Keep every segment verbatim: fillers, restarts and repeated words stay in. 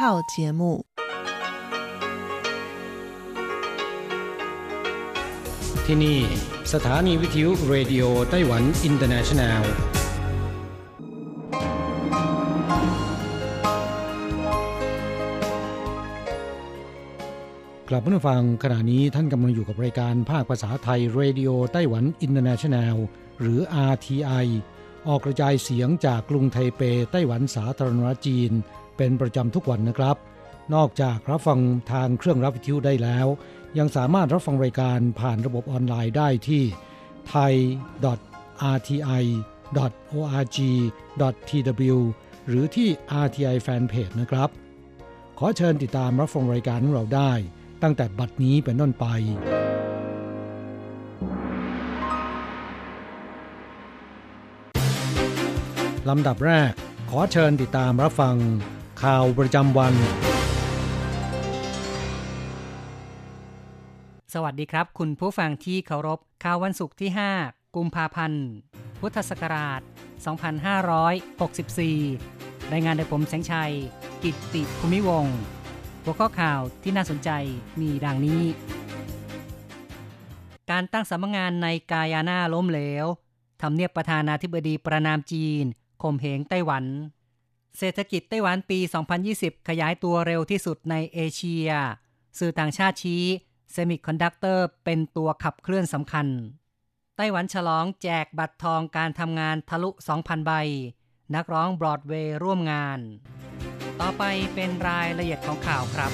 节目ที่นี่สถานีวิทยุเรดิโอไต้หวันอินเตอร์เนชั่นแนลกลับมาฟังขณะนี้ท่านกำลังอยู่กับรายการภาคภาษาไทยเรดิโอไต้หวันอินเตอร์เนชั่นแนลหรือ อาร์ ที ไอ ออกกระจายเสียงจากกรุงไทเปไต้หวันสาธารณรัฐจีนเป็นประจำทุกวันนะครับนอกจากรับฟังทางเครื่องรับวิทยุได้แล้วยังสามารถรับฟังรายการผ่านระบบออนไลน์ได้ที่ ไทย ดอท อาร์ ที ไอ ดอท โอ อาร์ จี ดอท ที ดับเบิลยู หรือที่ อาร์ ที ไอ Fanpage นะครับขอเชิญติดตามรับฟังรายการของเราได้ตั้งแต่บัดนี้เป็นต้นไปลำดับแรกขอเชิญติดตามรับฟังข่าวประจำวันสวัสดีครับคุณผู้ฟังที่เคารพข่าววันศุกร์ที่ห้ากุมภาพันธ์พุทธศักราชสองพันห้าร้อยหกสิบสี่รายงานโดยผมแสงชัยกิตติภูมิวงศ์หัวข้อข่าวที่น่าสนใจมีดังนี้การตั้งสำนักงานในกายาน่าล้มเหลวทำเนียบประธานาธิบดีประนามจีนข่มเหงไต้หวันเศรษฐกิจไต้หวันปีสองพันยี่สิบขยายตัวเร็วที่สุดในเอเชียสื่อต่างชาติชี้เซมิคอนดักเตอร์เป็นตัวขับเคลื่อนสำคัญไต้หวันฉลองแจกบัตรทองการทำงานทะลุ สองพัน ใบนักร้องบรอดเวย์ร่วมงานต่อไปเป็นรายละเอียดของข่าวครับ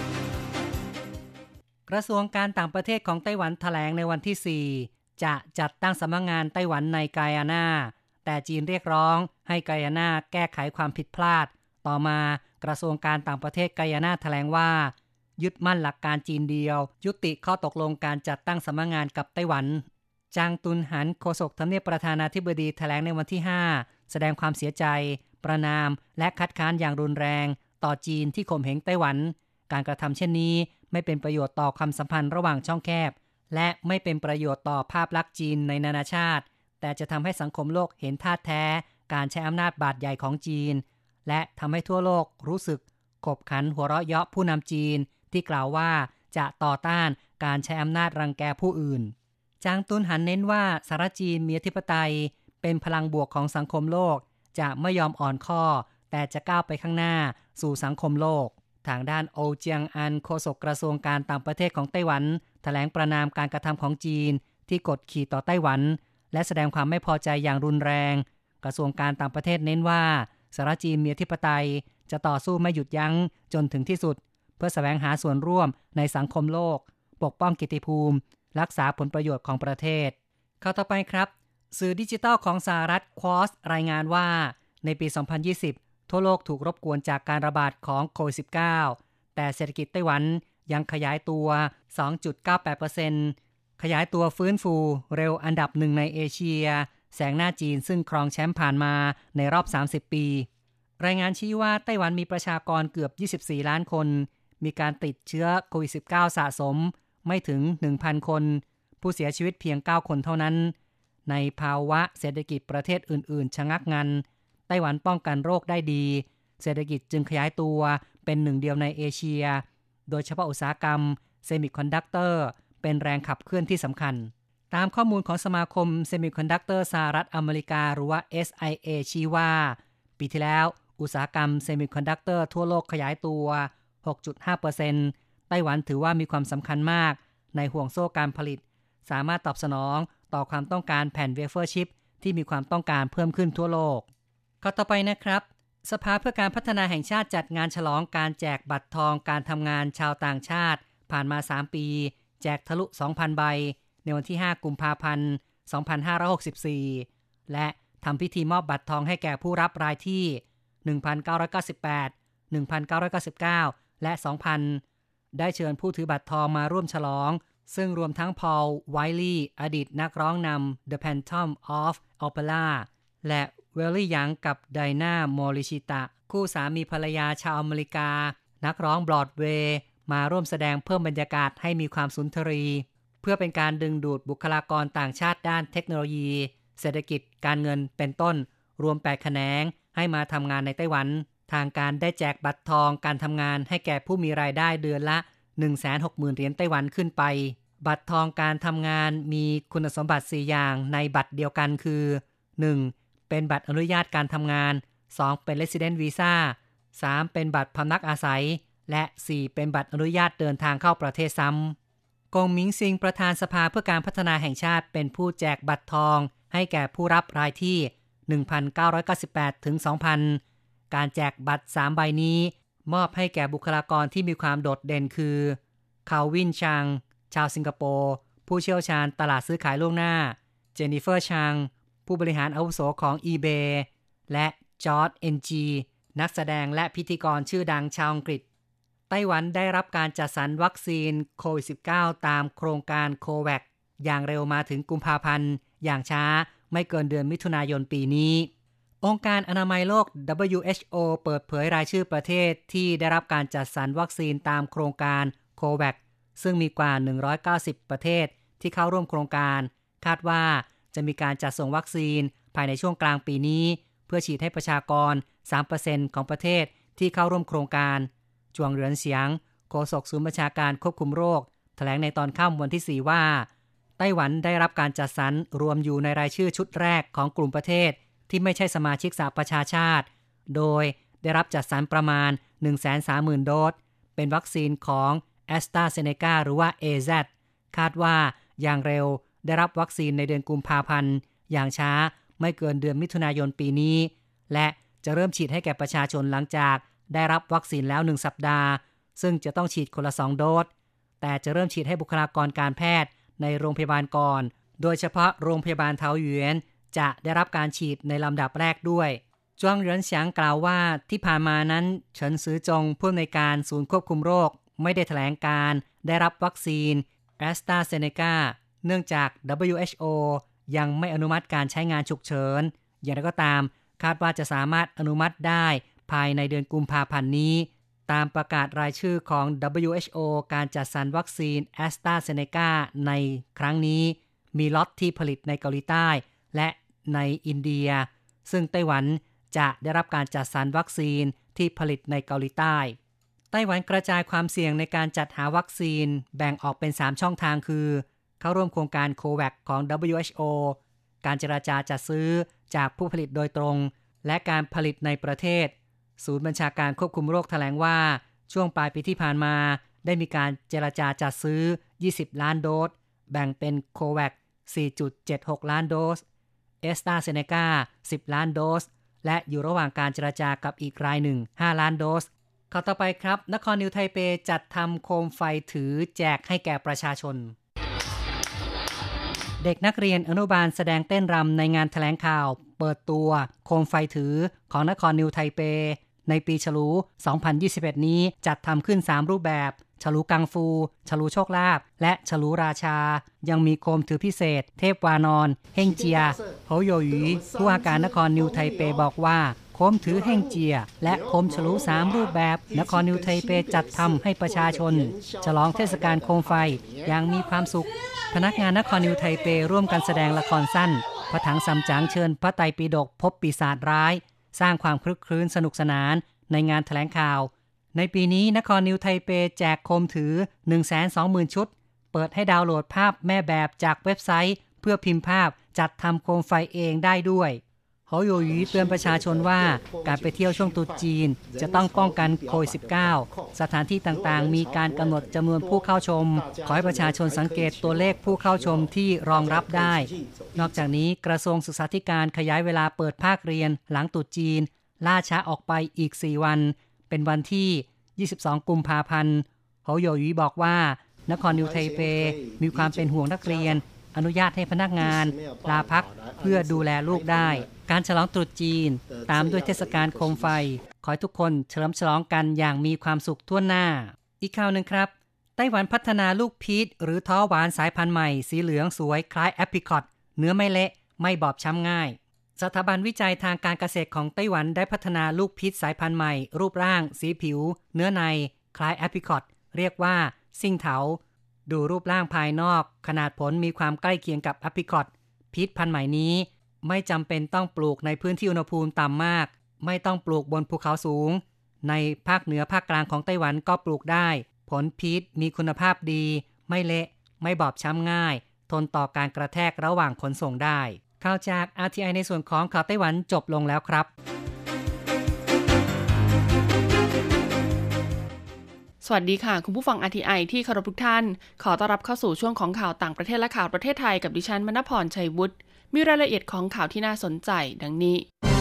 กระทรวงการต่างประเทศของไต้หวันแถลงในวันที่สี่จะจัดตั้งสำนักงานไต้หวันในกายาน่าแต่จีนเรียกร้องให้กายาน่าแก้ไขความผิดพลาดต่อมากระทรวงการต่างประเทศกายาน่าแถลงว่ายึดมั่นหลักการจีนเดียวยุติข้อตกลงการจัดตั้งสำนักงานกับไต้หวันจางตุนหันโฆษกทำเนียบประธานาธิบดีแถลงในวันที่ห้าแสดงความเสียใจประณามและคัดค้านอย่างรุนแรงต่อจีนที่ข่มเหงไต้หวันการกระทำเช่นนี้ไม่เป็นประโยชน์ต่อความสัมพันธ์ระหว่างช่องแคบและไม่เป็นประโยชน์ต่อภาพลักษณ์จีนในนานาชาติแต่จะทำให้สังคมโลกเห็นท่าแท้การใช้อำนาจบาดใหญ่ของจีนและทำให้ทั่วโลกรู้สึกขบขันหัวเราะเยาะผู้นำจีนที่กล่าวว่าจะต่อต้านการใช้อำนาจรังแกผู้อื่นจางตุนหันเน้นว่าสหรัฐจีนมีอธิปไตยเป็นพลังบวกของสังคมโลกจะไม่ยอมอ่อนข้อแต่จะก้าวไปข้างหน้าสู่สังคมโลกทางด้านโอเจียงอันโฆษกกระทรวงการต่างประเทศของไต้หวันแถลงประณามการกระทำของจีนที่กดขี่ต่อไต้หวันและแสดงความไม่พอใจอย่างรุนแรงกระทรวงการต่างประเทศเน้นว่าสหรัฐจีนมีอธิปไตยจะต่อสู้ไม่หยุดยั้งจนถึงที่สุดเพื่อแสวงหาส่วนร่วมในสังคมโลกปกป้องกิตติภูมิรักษาผลประโยชน์ของประเทศเข้าต่อไปครับสื่อดิจิทัลของสหรัฐควอสรายงานว่าในปีสองพันยี่สิบทั่วโลกถูกรบกวนจากการระบาดของโควิด สิบเก้า แต่เศรษฐกิจไต้หวันยังขยายตัว สองจุดเก้าแปดเปอร์เซ็นต์ ขยายตัวฟื้นฟูเร็วอันดับหนึ่งในเอเชียแซงหน้าจีนซึ่งครองแชมป์ผ่านมาในรอบสามสิบปีรายงานชี้ว่าไต้หวันมีประชากรเกือบยี่สิบสี่ล้านคนมีการติดเชื้อโควิด สิบเก้า สะสมไม่ถึง หนึ่งพัน คนผู้เสียชีวิตเพียงเก้าคนเท่านั้นในภาวะเศรษฐกิจประเทศอื่นๆชะงักงันไต้หวันป้องกันโรคได้ดีเศรษฐกิจจึงขยายตัวเป็นหนึ่งเดียวในเอเชียโดยเฉพาะอุตสาหกรรมเซมิคอนดักเตอร์เป็นแรงขับเคลื่อนที่สำคัญตามข้อมูลของสมาคมเซมิคอนดักเตอร์สหรัฐอเมริกาหรือว่า เอส ไอ เอ ชี้ว่าปีที่แล้วอุตสาหกรรมเซมิคอนดักเตอร์ทั่วโลกขยายตัว หกจุดห้าเปอร์เซ็นต์ ไต้หวันถือว่ามีความสำคัญมากในห่วงโซ่การผลิตสามารถตอบสนองต่อความต้องการแผ่นเวเฟอร์ชิปที่มีความต้องการเพิ่มขึ้นทั่วโลกข้อต่อไปนะครับสภาเพื่อการพัฒนาแห่งชาติจัดงานฉลองการแจกบัตรทองการทำงานชาวต่างชาติผ่านมาสามปีแจกทะลุ สองพัน ใบในวันที่ห้ากุมภาพันธ์สองพันห้าร้อยหกสิบสี่และทำพิธีมอบบัตรทองให้แก่ผู้รับรายที่ หนึ่งพันเก้าร้อยเก้าสิบแปด หนึ่งพันเก้าร้อยเก้าสิบเก้า และ สองพัน ได้เชิญผู้ถือบัตรทองมาร่วมฉลองซึ่งรวมทั้งพอล ไวลี่อดีตนักร้องนำ The Phantom of Opera และเวลลี่ยังกับไดนาโมริชิตะคู่สามีภรรยาชาวอเมริกานักร้องบรอดเวย์มาร่วมแสดงเพิ่มบรรยากาศให้มีความสุนทรีเพื่อเป็นการดึงดูดบุคลากรต่างชาติด้านเทคโนโลยี เศรษฐกิจการเงินเป็นต้นรวมแปดแขนงให้มาทำงานในไต้หวันทางการได้แจกบัตรทองการทำงานให้แก่ผู้มีรายได้เดือนละ หนึ่งแสนหกหมื่น เหรียญไต้หวันขึ้นไปบัตรทองการทำงานมีคุณสมบัติสี่อย่างในบัตรเดียวกันคือ หนึ่ง. เป็นบัตรอนุญาตการทำงาน สอง. เป็น Resident Visa สาม. เป็นบัตรพำนักอาศัยและ สี่. เป็นบัตรอนุญาตเดินทางเข้าประเทศซ้ำกงมิงซิงประธานสภาเพื่อการพัฒนาแห่งชาติเป็นผู้แจกบัตรทองให้แก่ผู้รับรายที่ หนึ่งพันเก้าร้อยเก้าสิบแปด ถึง สองพัน การแจกบัตรสามใบนี้มอบให้แก่บุคลากรที่มีความโดดเด่นคือคาวินชางชาวสิงคโปร์ผู้เชี่ยวชาญตลาดซื้อขายล่วงหน้าเจนนิเฟอร์ชางผู้บริหารอาวุโสของ eBay และจอร์จ เอ็น จี นักแสดงและพิธีกรชื่อดังชาวอังกฤษไต้หวันได้รับการจัดสรรวัคซีนโควิด สิบเก้า ตามโครงการโคแวคอย่างเร็วมาถึงกุมภาพันธ์อย่างช้าไม่เกินเดือนมิถุนายนปีนี้องค์การอนามัยโลก ดับเบิลยู เอช โอ เปิดเผยรายชื่อประเทศที่ได้รับการจัดสรรวัคซีนตามโครงการโคแวคซึ่งมีกว่าหนึ่งร้อยเก้าสิบประเทศที่เข้าร่วมโครงการคาดว่าจะมีการจัดส่งวัคซีนภายในช่วงกลางปีนี้เพื่อฉีดให้ประชากร สามเปอร์เซ็นต์ ของประเทศที่เข้าร่วมโครงการจวงเหรินเสียงโฆษกศูนย์บัญชาการควบคุมโรคแถลงในตอนค่ำวันที่สี่ว่าไต้หวันได้รับการจัดสรรรวมอยู่ในรายชื่อชุดแรกของกลุ่มประเทศที่ไม่ใช่สมาชิกสหประชาชาติโดยได้รับจัดสรรประมาณ หนึ่งแสนสามหมื่น โดสเป็นวัคซีนของ AstraZeneca หรือว่า เอ แซด คาดว่าอย่างเร็วได้รับวัคซีนในเดือนกุมภาพันธ์อย่างช้าไม่เกินเดือนมิถุนายนปีนี้และจะเริ่มฉีดให้แก่ประชาชนหลังจากได้รับวัคซีนแล้วหนึ่งสัปดาห์ซึ่งจะต้องฉีดคนละสองโดสแต่จะเริ่มฉีดให้บุคลากรการแพทย์ในโรงพยาบาลก่อนโดยเฉพาะโรงพยาบาลเทาหยวนจะได้รับการฉีดในลำดับแรกด้วยจวงเหรินเสียงกล่าวว่าที่ผ่านมานั้นเฉินซือจงผู้อำนวยการศูนย์ควบคุมโรคไม่ได้แถลงการได้รับวัคซีน AstraZeneca เนื่องจาก ดับเบิลยู เอช โอ ยังไม่อนุมัติการใช้งานฉุกเฉินอย่างไรก็ตามคาดว่าจะสามารถอนุมัติได้ภายในเดือนกุมภาพันธ์นี้ตามประกาศรายชื่อของ ดับเบิลยู เอช โอ การจัดสรรวัคซีน AstraZeneca ในครั้งนี้มีล็อตที่ผลิตในเกาหลีใต้และในอินเดียซึ่งไต้หวันจะได้รับการจัดสรรวัคซีนที่ผลิตในเกาหลีใต้ไต้หวันกระจายความเสี่ยงในการจัดหาวัคซีนแบ่งออกเป็นสามช่องทางคือเข้าร่วมโครงการโคแวคของ ดับเบิลยู เอช โอ การเจรจาจัดซื้อจากผู้ผลิตโดยตรงและการผลิตในประเทศศูนย์บัญชาการควบคุมโรคแถลงว่าช่วงปลายปีที่ผ่านมาได้มีการเจรจาจัดซื้อยี่สิบล้านโดสแบ่งเป็นโคแวค สี่จุดเจ็ดหก ล้านโดสAstraZeneca สิบล้านโดสและอยู่ระหว่างการเจรจากับอีกรายหนึ่งห้าล้านโดสข่าวต่อไปครับนครนิวไทเปจัดทำโคมไฟถือแจกให้แก่ประชาชนเด็กนักเรียนอนุบาลแสดงเต้นรำในงานแถลงข่าวเปิดตัวโคมไฟถือของนครนิวไทเปในปีฉลูสองพันยี่สิบเอ็ดนี้จัดทำขึ้นสามรูปแบบฉลูกังฟูฉลูโชคลาภและฉลูราชายังมีโคมถือพิเศษเทพวานอนเฮงเจียโฮโยหยีผู้ว่าการนครนิวไทเปบอกว่าโคมถือเฮงเจียและโคมฉลูสามรูปแบบนครนิวไทเปจัดทำให้ประชาชนฉลองเทศกาลโคมไฟอย่างมีความสุขพนักงานนครนิวไทเปร่วมกันแสดงละครสั้นพระถังซัมจั๋งเชิญพระไตรปิฎกพบปีศาจร้ายสร้างความคลึกครื้นสนุกสนานในงานแถลงข่าวในปีนี้นครนิวไทเปแจกโคมถือ หนึ่งแสนสองหมื่น ชุดเปิดให้ดาวน์โหลดภาพแม่แบบจากเว็บไซต์เพื่อพิมพ์ภาพจัดทำโคมไฟเองได้ด้วยโฮโยหยีเตือนประชาชนว่าการไปเที่ยวช่วงตรุษจีนจะต้องป้องกันโควิด สิบเก้า สถานที่ต่างๆมีการกำหนดจำนวนผู้เข้าชมขอให้ประชาชนสังเกตตัวเลขผู้เข้าชมที่รองรับได้นอกจากนี้กระทรวงศึกษาธิการขยายเวลาเปิดภาคเรียนหลังตรุษจีนล่าช้าออกไปอีกสี่วันเป็นวันที่ยี่สิบสองกุมภาพันธ์โฮโยหยีบอกว่านครนิวไทเปมีความเป็นห่วงนักเรียนอนุญาตให้พนักงานลาพักเพื่อดูแลลูกได้การฉลองตรุษจีนตามด้วยเทศกาลโคมไฟขอให้ทุกคนเฉลิมฉลองกันอย่างมีความสุขทั่วหน้าอีกข่าวนึงครับไต้หวันพัฒนาลูกพีชหรือท้อหวานสายพันธุ์ใหม่สีเหลืองสวยคล้ายแอปริคอตเนื้อไม่เละไม่บอบช้ำง่ายสถาบันวิจัยทางการเกษตรของไต้หวันได้พัฒนาลูกพีชสายพันธุ์ใหม่รูปร่างสีผิวเนื้อในคล้ายแอปริคอตเรียกว่าซิ่งเถาดูรูปร่างภายนอกขนาดผลมีความใกล้เคียงกับแอปริคอตพีชพันธุ์ใหม่นี้ไม่จำเป็นต้องปลูกในพื้นที่อุณหภูมิต่ำมากไม่ต้องปลูกบนภูเขาสูงในภาคเหนือภาคกลางของไต้หวันก็ปลูกได้ผลพีชมีคุณภาพดีไม่เละไม่บอบช้ำง่ายทนต่อการกระแทกระหว่างขนส่งได้ข่าวจาก อาร์ ที ไอ ในส่วนของข่าวไต้หวันจบลงแล้วครับสวัสดีค่ะคุณผู้ฟัง อาร์ ที ไอ ที่เคารพทุกท่านขอต้อนรับเข้าสู่ช่วงของข่าวต่างประเทศและข่าวประเทศไทยกับดิฉันมณพรชัยวุฒิมีรายละเอียดของข่าวที่น่าสนใจดังนี้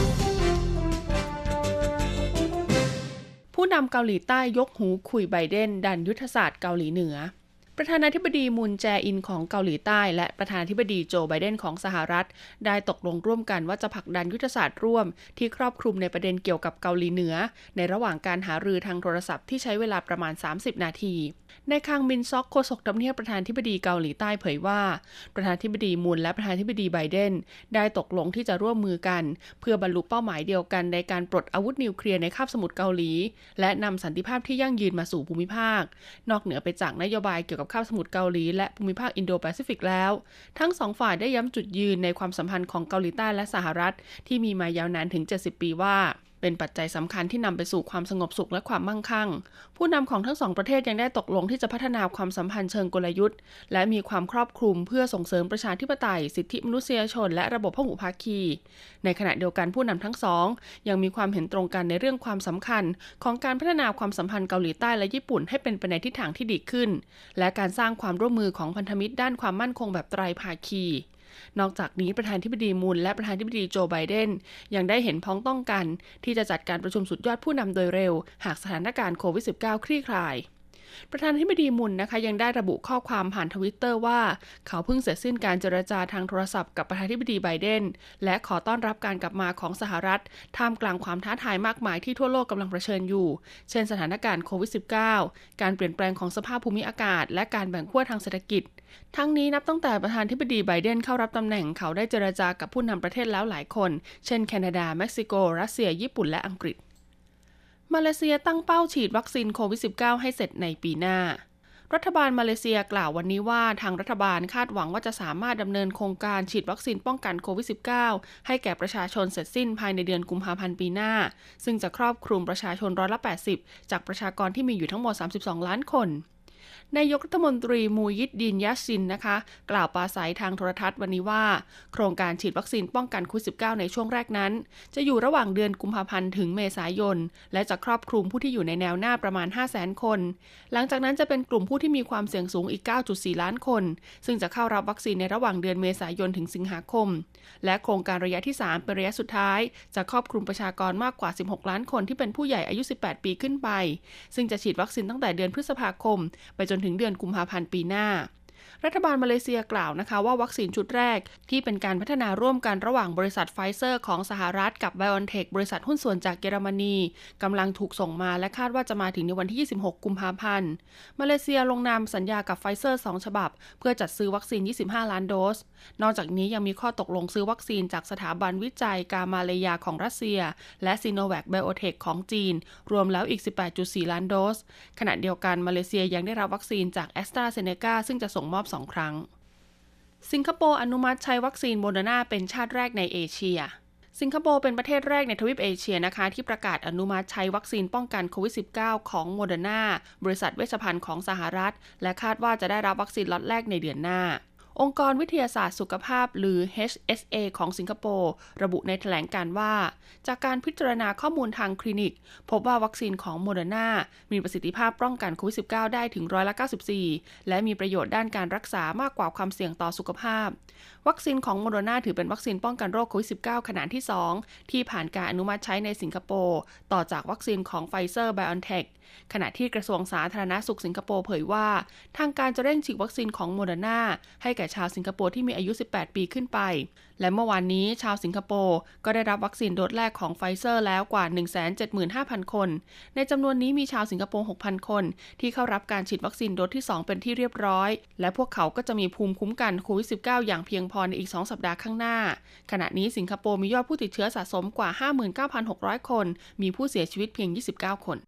ผู้นำเกาหลีใต้ยกหูคุยไบเดนดันยุทธศาสตร์เกาหลีเหนือประธานาธิบดีมูนแจอินของเกาหลีใต้และประธานาธิบดีโจไบเดนของสหรัฐได้ตกลงร่วมกันว่าจะผลักดันยุทธศาสตร์ร่วมที่ครอบคลุมในประเด็นเกี่ยวกับเกาหลีเหนือในระหว่างการหารือทางโทรศัพท์ที่ใช้เวลาประมาณสามสิบนาทีในคังมินซอกโฆษกทำเนียบประธานาธิบดีเกาหลีใต้เผยว่าประธานาธิบดีมูนและประธานาธิบดีไบเดนได้ตกลงที่จะร่วมมือกันเพื่อบรรลุเป้าหมายเดียวกันในการปลดอาวุธนิวเคลียร์ในคาบสมุทรเกาหลีและนำสันติภาพที่ยั่งยืนมาสู่ภูมิภาคนอกเหนือไปจากนโยบายเกี่ยวกับคาบสมุทรเกาหลีและภูมิภาคอินโดแปซิฟิกแล้วทั้งสองฝ่ายได้ย้ำจุดยืนในความสัมพันธ์ของเกาหลีใต้และสหรัฐที่มีมายาวนานถึงเจ็ดสิบปีว่าเป็นปัจจัยสำคัญที่นำไปสู่ความสงบสุขและความมั่งคั่งผู้นำของทั้งสองประเทศยังได้ตกลงที่จะพัฒนาความสัมพันธ์เชิงกลยุทธ์และมีความครอบคลุมเพื่อส่งเสริมประชาธิปไตยสิทธิมนุษยชนและระบบพหุภาคีในขณะเดียวกันผู้นำทั้งสองยังมีความเห็นตรงกันในเรื่องความสำคัญของการพัฒนาความสัมพันธ์เกาหลีใต้และญี่ปุ่นให้เป็นไปในทิศทางที่ดีขึ้นและการสร้างความร่วมมือของพันธมิตรด้านความมั่นคงแบบไตรภาคีนอกจากนี้ประธานาธิบดีมูนและประธานาธิบดีโจไบเดนยังได้เห็นพ้องต้องกันที่จะจัดการประชุมสุดยอดผู้นำโดยเร็วหากสถานการณ์โควิด สิบเก้า คลี่คลายประธานาธิบดีมุนนะคะยังได้ระบุข้อความผ่านทวิตเตอร์ว่าเขาเพิ่งเสร็จสิ้นการเจรจาทางโทรศัพท์กับประธานาธิบดีไบเดนและขอต้อนรับการกลับมาของสหรัฐท่ามกลางความท้าทายมากมายที่ทั่วโลกกำลังเผชิญอยู่เช่นสถานการณ์โควิด สิบเก้า การเปลี่ยนแปลงของสภาพภูมิอากาศและการแบ่งขั้วทางเศรษฐกิจทั้งนี้นับตั้งแต่ประธานาธิบดีไบเดนเข้ารับตำแหน่งเขาได้เจรจากับผู้นำประเทศแล้วหลายคนเช่นแคนาดาเม็กซิโกรัสเซียญี่ปุ่นและอังกฤษมาเลเซียตั้งเป้าฉีดวัคซีนโควิด สิบเก้า ให้เสร็จในปีหน้ารัฐบาลมาเลเซียกล่าววันนี้ว่าทางรัฐบาลคาดหวังว่าจะสามารถดำเนินโครงการฉีดวัคซีนป้องกันโควิด สิบเก้า ให้แก่ประชาชนเสร็จสิ้นภายในเดือนกุมภาพันธ์ปีหน้าซึ่งจะครอบคลุมประชาชนร้อยละแปดสิบจากประชากรที่มีอยู่ทั้งหมดสามสิบสองล้านคนนายกรัฐมนตรีมูยิดดินยัสซินนะคะกล่าวปราศรัยทางโทรทัศน์วันนี้ว่าโครงการฉีดวัคซีนป้องกันโควิด สิบเก้า ในช่วงแรกนั้นจะอยู่ระหว่างเดือนกุมภาพันธ์ถึงเมษายนและจะครอบคลุมผู้ที่อยู่ในแนวหน้าประมาณ ห้าแสน คนหลังจากนั้นจะเป็นกลุ่มผู้ที่มีความเสี่ยงสูงอีก เก้าจุดสี่ ล้านคนซึ่งจะเข้ารับวัคซีนในระหว่างเดือนเมษายนถึงสิงหาคมและโครงการระยะที่สามเป็นระยะสุดท้ายจะครอบคลุมประชากรมากกว่าสิบหกล้านคนที่เป็นผู้ใหญ่อายุสิบแปดปีขึ้นไปซึ่งจะฉีดวัคซีนตั้งแต่เดือนพฤษภาคมไปจนถึงเดือนกุมภาพันธ์ปีหน้ารัฐบาลมาเลเซียกล่าวนะคะว่าวัคซีนชุดแรกที่เป็นการพัฒนาร่วมกันระหว่างบริษัทไฟเซอร์ของสหรัฐกับ BioNTech บริษัทหุ้นส่วนจากเยอรมนีกำลังถูกส่งมาและคาดว่าจะมาถึงในวันที่ยี่สิบหกกุมภาพันธ์มาเลเซียลงนามสัญญากับไฟเซอร์สองฉบับเพื่อจัดซื้อวัคซีนยี่สิบห้าล้านโดสนอกจากนี้ยังมีข้อตกลงซื้อวัคซีนจากสถาบันวิจัยกามาเลยาของรัสเซียและซีโนแวคไบโอเทคของจีนรวมแล้วอีก สิบแปดจุดสี่ ล้านโดสขณะเดียวกันมาเลเซียยังได้รับวัคซีนจากแอสตราเซเนกาซึ่งจะส่งมอบสองครั้งสิงคโปร์อนุมัติใช้วัคซีนโมเดอร์นาเป็นชาติแรกในเอเชียสิงคโปร์เป็นประเทศแรกในทวีปเอเชียนะคะที่ประกาศอนุมัติใช้วัคซีนป้องกันโควิด สิบเก้า ของโมเดอร์นาบริษัทเวชภัณฑ์ของสหรัฐและคาดว่าจะได้รับวัคซีนล็อตแรกในเดือนหน้าองค์กรวิทยาศาสตร์สุขภาพหรือ เอช เอส เอ ของสิงคโปร์ระบุในแถลงการณ์ว่าจากการพิจารณาข้อมูลทางคลินิกพบว่าวัคซีนของโมเดอร์นามีประสิทธิภาพป้องกันโควิด สิบเก้า ได้ถึงร้อยละเก้าสิบสี่และมีประโยชน์ด้านการรักษามากกว่าความเสี่ยงต่อสุขภาพวัคซีนของโมเดอร์นาถือเป็นวัคซีนป้องกันโรคโควิด สิบเก้า ขนาดที่สองที่ผ่านการอนุมัติใช้ในสิงคโปร์ต่อจากวัคซีนของไฟเซอร์ BioNTech ขณะที่กระทรวงสาธารณสุขสิงคโปร์เผยว่าทางการจะเร่งฉีดวัคซีนของโมเดอร์นาให้แก่ชาวสิงคโปร์ที่มีอายุสิบแปดปีขึ้นไปและเมื่อวานนี้ชาวสิงคโปร์ก็ได้รับวัคซีนโดสแรกของไฟเซอร์แล้วกว่า หนึ่งแสนเจ็ดหมื่นห้าพัน คนในจำนวนนี้มีชาวสิงคโปร์ หกพัน คนที่เข้ารับการฉีดวัคซีนโดสที่สองเป็นที่เรียบร้อยและพวกเขาก็จะมีภูมิคุ้มกันโควิด สิบเก้า อย่างเพียงพอในอีกสองสัปดาห์ข้างหน้าขณะนี้สิงคโปร์มียอดผู้ติดเชื้อสะสมกว่า ห้าหมื่นเก้าพันหกร้อย คนมีผู้เสียชีวิตเพียงยี่สิบเก้าคน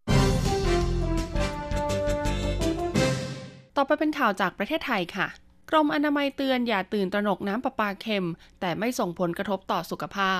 ต่อไปเป็นข่าวจากประเทศไทยค่ะกรมอนามัยเตือนอย่าตื่นตระหนกน้ำประปาเค็มแต่ไม่ส่งผลกระทบต่อสุขภาพ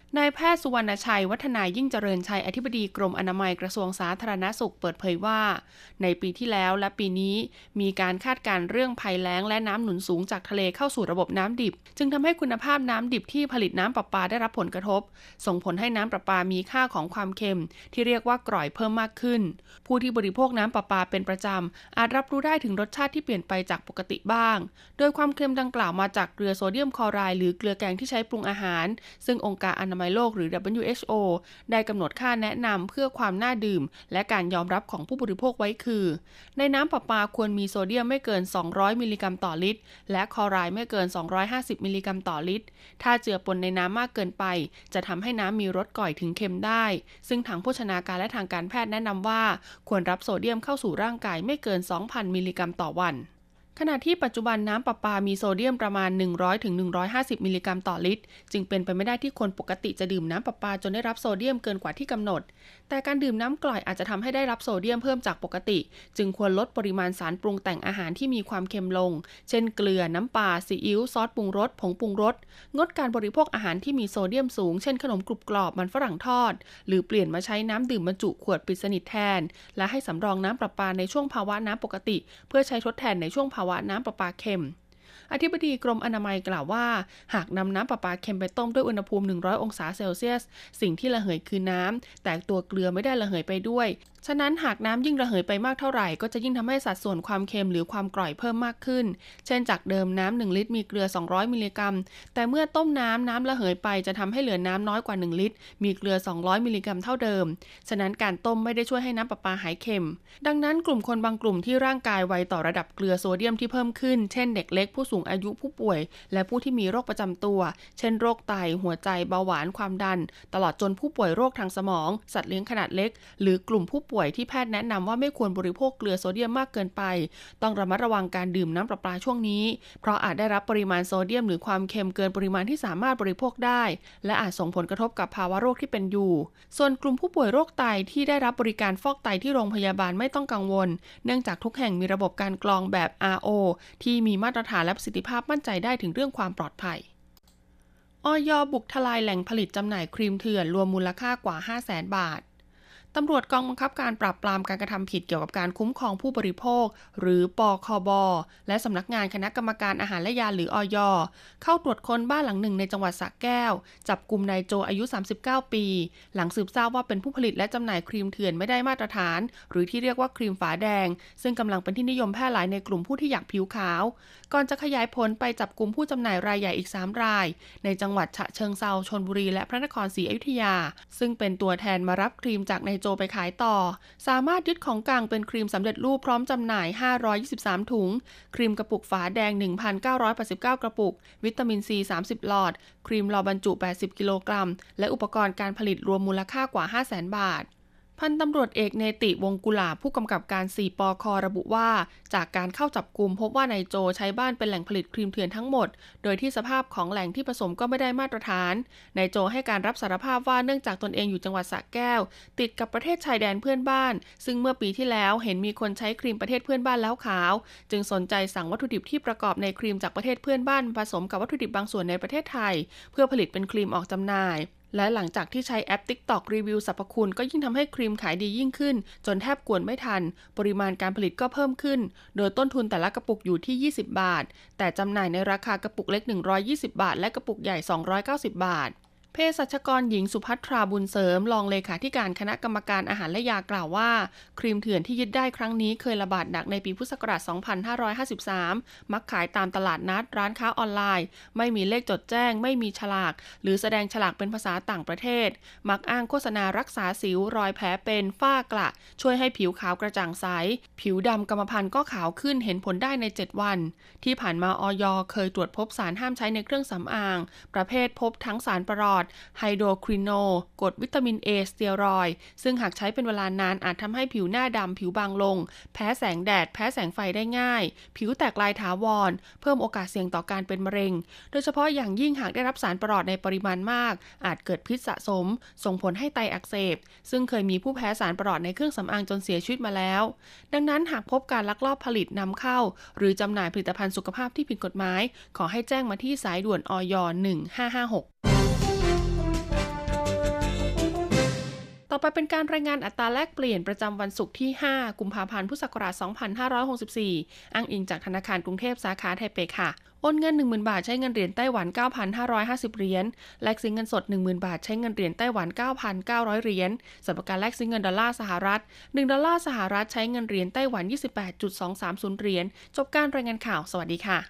นายแพทย์สุวรรณชัยวัฒนายิ่งเจริญชัยอธิบดีกรมอนามัยกระทรวงสาธารณสุขเปิดเผยว่าในปีที่แล้วและปีนี้มีการคาดการณ์เรื่องภัยแล้งและน้ำหนุนสูงจากทะเลเข้าสู่ระบบน้ำดิบจึงทำให้คุณภาพน้ำดิบที่ผลิตน้ำประปาได้รับผลกระทบส่งผลให้น้ำประปามีค่าของความเค็มที่เรียกว่ากร่อยเพิ่มมากขึ้นผู้ที่บริโภคน้ำประปาเป็นประจำอาจรับรู้ได้ถึงรสชาติที่เปลี่ยนไปจากปกติบ้างโดยความเค็มดังกล่าวมาจากเกลือโซเดียมคลอไรด์หรือเกลือแกงที่ใช้ปรุงอาหารซึ่งองค์การอนามัยโลกหรือ ดับเบิลยู เอช โอ ได้กำหนดค่าแนะนำเพื่อความน่าดื่มและการยอมรับของผู้บริโภคไว้คือในน้ำประปาควรมีโซเดียมไม่เกินสองร้อยมิลลิกรัมต่อลิตรและคลอไรด์ไม่เกินสองร้อยห้าสิบมิลลิกรัมต่อลิตรถ้าเจือปนในน้ำมากเกินไปจะทำให้น้ำมีรสก่อยถึงเค็มได้ซึ่งทางโภชนาการและทางการแพทย์แนะนำว่าควรรับโซเดียมเข้าสู่ร่างกายไม่เกิน สองพัน มิลลิกรัมต่อวันขณะที่ปัจจุบันน้ำประปามีโซเดียมประมาณ หนึ่งร้อยถึงหนึ่งร้อยห้าสิบ มิลลิกรัมต่อลิตรจึงเป็นไปไม่ได้ที่คนปกติจะดื่มน้ำประปาจนได้รับโซเดียมเกินกว่าที่กำหนดแต่การดื่มน้ำกร่อยอาจจะทำให้ได้รับโซเดียมเพิ่มจากปกติจึงควรลดปริมาณสารปรุงแต่งอาหารที่มีความเค็มลงเช่นเกลือน้ำปลาซีอิ๊วซอสปรุงรสผงปรุงรสงดการบริโภคอาหารที่มีโซเดียมสูงเช่นขนมกรุบกรอบมันฝรั่งทอดหรือเปลี่ยนมาใช้น้ำดื่มบรรจุขวดปิดสนิทแทนและให้สำรองน้ำประปาในช่วงภาวะน้ำปกติเพื่อใช้ทดแทนในช่วงภาวะน้ำประปาเค็มอธิบดีกรมอนามัยกล่าวว่าหากนำน้ำประปาเค็มไปต้มด้วยอุณหภูมิหนึ่งร้อยองศาเซลเซียสสิ่งที่ระเหยคือน้ำแต่ตัวเกลือไม่ได้ระเหยไปด้วยฉะนั้นหากน้ำยิ่งระเหยไปมากเท่าไหร่ก็จะยิ่งทำให้สัดส่วนความเค็มหรือความกร่อยเพิ่มมากขึ้นเช่นจากเดิมน้ำหนึ่งลิตรมีเกลือสองร้อยมิลลิกรัมแต่เมื่อต้มน้ำน้ำระเหยไปจะทำให้เหลือน้ำน้อยกว่าหนึ่งลิตรมีเกลือสองร้อยมิลลิกรัมเท่าเดิมฉะนั้นการต้มไม่ได้ช่วยให้น้ำประปาหายเค็มดังนั้นกลุ่มคนบางกลุ่มที่ร่างกายไวต่อระดับเกลือโซเดียมที่เพิ่มขึ้นเช่นเด็กเล็กผู้สูงอายุผู้ป่วยและผู้ที่มีโรคประจำตัวเช่นโรคไตหัวใจเบาหวานความดันตลอดจนผู้ป่วยโรคทางสมองสัตว์เลี้ยงขนาดเล็กหรือกลุ่มผู้ป่วยที่แพทย์แนะนำว่าไม่ควรบริโภคเกลือโซเดียมมากเกินไปต้องระมัดระวังการดื่มน้ำประปาช่วงนี้เพราะอาจได้รับปริมาณโซเดียมหรือความเค็มเกินปริมาณที่สามารถบริโภคได้และอาจส่งผลกระทบกับภาวะโรคที่เป็นอยู่ส่วนกลุ่มผู้ป่วยโรคไตที่ได้รับบริการฟอกไตที่โรงพยาบาลไม่ต้องกังวลเนื่องจากทุกแห่งมีระบบการกรองแบบ อาร์ โอ ที่มีมาตรฐานและประสิทธิภาพมั่นใจได้ถึงเรื่องความปลอดภัยอย.บุกทลายแหล่งผลิตจำหน่ายครีมเถื่อนรวมมูลค่ากว่า ห้าแสน บาทตำรวจกองบังคับการปราบปรามการกระทำผิดเกี่ยวกับการคุ้มครองผู้บริโภคหรือปคบ.และสำนักงานคณะกรรมการอาหารและยาหรืออย.เข้าตรวจค้นบ้านหลังหนึ่งในจังหวัดสระแก้วจับกุมนายโจอายุสามสิบเก้าปีหลังสืบทราบว่าเป็นผู้ผลิตและจำหน่ายครีมเถื่อนไม่ได้มาตรฐานหรือที่เรียกว่าครีมฝาแดงซึ่งกำลังเป็นที่นิยมแพร่หลายในกลุ่มผู้ที่อยากผิวขาวก่อนจะขยายผลไปจับกุมผู้จำหน่ายรายใหญ่อีกสามรายในจังหวัดฉะเชิงเทราชลบุรีและพระนครศรีอยุธยาซึ่งเป็นตัวแทนมารับครีมจากนายโจไปขายต่อสามารถยึดของกลางเป็นครีมสำเร็จรูปพร้อมจำหน่ายห้าร้อยยี่สิบสามถุงครีมกระปุกฝาแดง หนึ่งพันเก้าร้อยแปดสิบเก้า กระปุกวิตามินซีสามสิบหลอดครีมหลอดบรรจุแปดสิบกิโลกรัมและอุปกรณ์การผลิตรวมมูลค่ากว่า ห้าแสน บาทพันตำรวจเอกเนติวงกุลาผู้กำกับการสี่ปค.ระบุว่าจากการเข้าจับกุมพบว่านายโจใช้บ้านเป็นแหล่งผลิตครีมเถื่อนทั้งหมดโดยที่สภาพของแหล่งที่ผสมก็ไม่ได้มาตรฐานนายโจให้การรับสารภาพว่าเนื่องจากตนเองอยู่จังหวัดสระแก้วติดกับประเทศชายแดนเพื่อนบ้านซึ่งเมื่อปีที่แล้วเห็นมีคนใช้ครีมประเทศเพื่อนบ้านแล้วขาวจึงสนใจสั่งวัตถุดิบที่ประกอบในครีมจากประเทศเพื่อนบ้านผสมกับวัตถุดิบบางส่วนในประเทศไทยเพื่อผลิตเป็นครีมออกจำหน่ายและหลังจากที่ใช้แอป TikTok รีวิวสรรพคุณก็ยิ่งทำให้ครีมขายดียิ่งขึ้นจนแทบกวนไม่ทันปริมาณการผลิตก็เพิ่มขึ้นโดยต้นทุนแต่ละกระปุกอยู่ที่ยี่สิบบาทแต่จำหน่ายในราคากระปุกเล็กหนึ่งร้อยยี่สิบบาทและกระปุกใหญ่สองร้อยเก้าสิบบาทเภสัชกรหญิงสุภัทราบุญเสริมรองเลขาธิการคณะกรรมการอาหารและยากล่าวว่าครีมเถื่อนที่ยึดได้ครั้งนี้เคยระบาดหนักในปีพุทธศักราชสองพันห้าร้อยห้าสิบสามมักขายตามตลาดนัดร้านค้าออนไลน์ไม่มีเลขจดแจ้งไม่มีฉลากหรือแสดงฉลากเป็นภาษาต่างประเทศมักอ้างโฆษณารักษาสิวรอยแผลเป็นฝ้ากระช่วยให้ผิวขาวกระจ่างใสผิวดำกรรมพันธุ์ก็ขาวขึ้นเห็นผลได้ในเจ็ดวันที่ผ่านมาอย.เคยตรวจพบสารห้ามใช้ในเครื่องสำอางประเภทพบทั้งสารประหลอดไฮโดรคริโนกรดวิตามิน A สเตียรอยด์ซึ่งหากใช้เป็นเวลานานอาจทำให้ผิวหน้าดำผิวบางลงแพ้แสงแดดแพ้แสงไฟได้ง่ายผิวแตกลายถาวรเพิ่มโอกาสเสี่ยงต่อการเป็นมะเร็งโดยเฉพาะอย่างยิ่งหากได้รับสารประหลอดในปริมาณมากอาจเกิดพิษสะสมส่งผลให้ไตอักเสบซึ่งเคยมีผู้แพ้สารประหลอดในเครื่องสำอางจนเสียชีวิตมาแล้วดังนั้นหากพบการลักลอบผลิตนำเข้าหรือจำหน่ายผลิตภัณฑ์สุขภาพที่ผิดกฎหมายขอให้แจ้งมาที่สายด่วนอยหนึ่งห้าห้าหกไปเป็นการรายงานอัตราแลกเปลี่ยนประจำวันศุกร์ที่ห้ากุมภาพันธ์พุทธศักราชสองพันห้าร้อยหกสิบสี่อ้างอิงจากธนาคารกรุงเทพสาขาไทเปค่ะโอนเงิน หนึ่งหมื่น บาทใช้เงินเหรียญไต้หวัน เก้าพันห้าร้อยห้าสิบ เหรียญแลกซื้อเงินสด หนึ่งหมื่น บาทใช้เงินเหรียญไต้หวัน เก้าพันเก้าร้อย เหรียญสำหรับการแลกซื้อเงินดอลลาร์สหรัฐหนึ่งดอลลาร์สหรัฐใช้เงินเหรียญไต้หวัน ยี่สิบแปดจุดสองสามศูนย์ เหรียญจบการรายงานข่าวสวัสดีค่ะ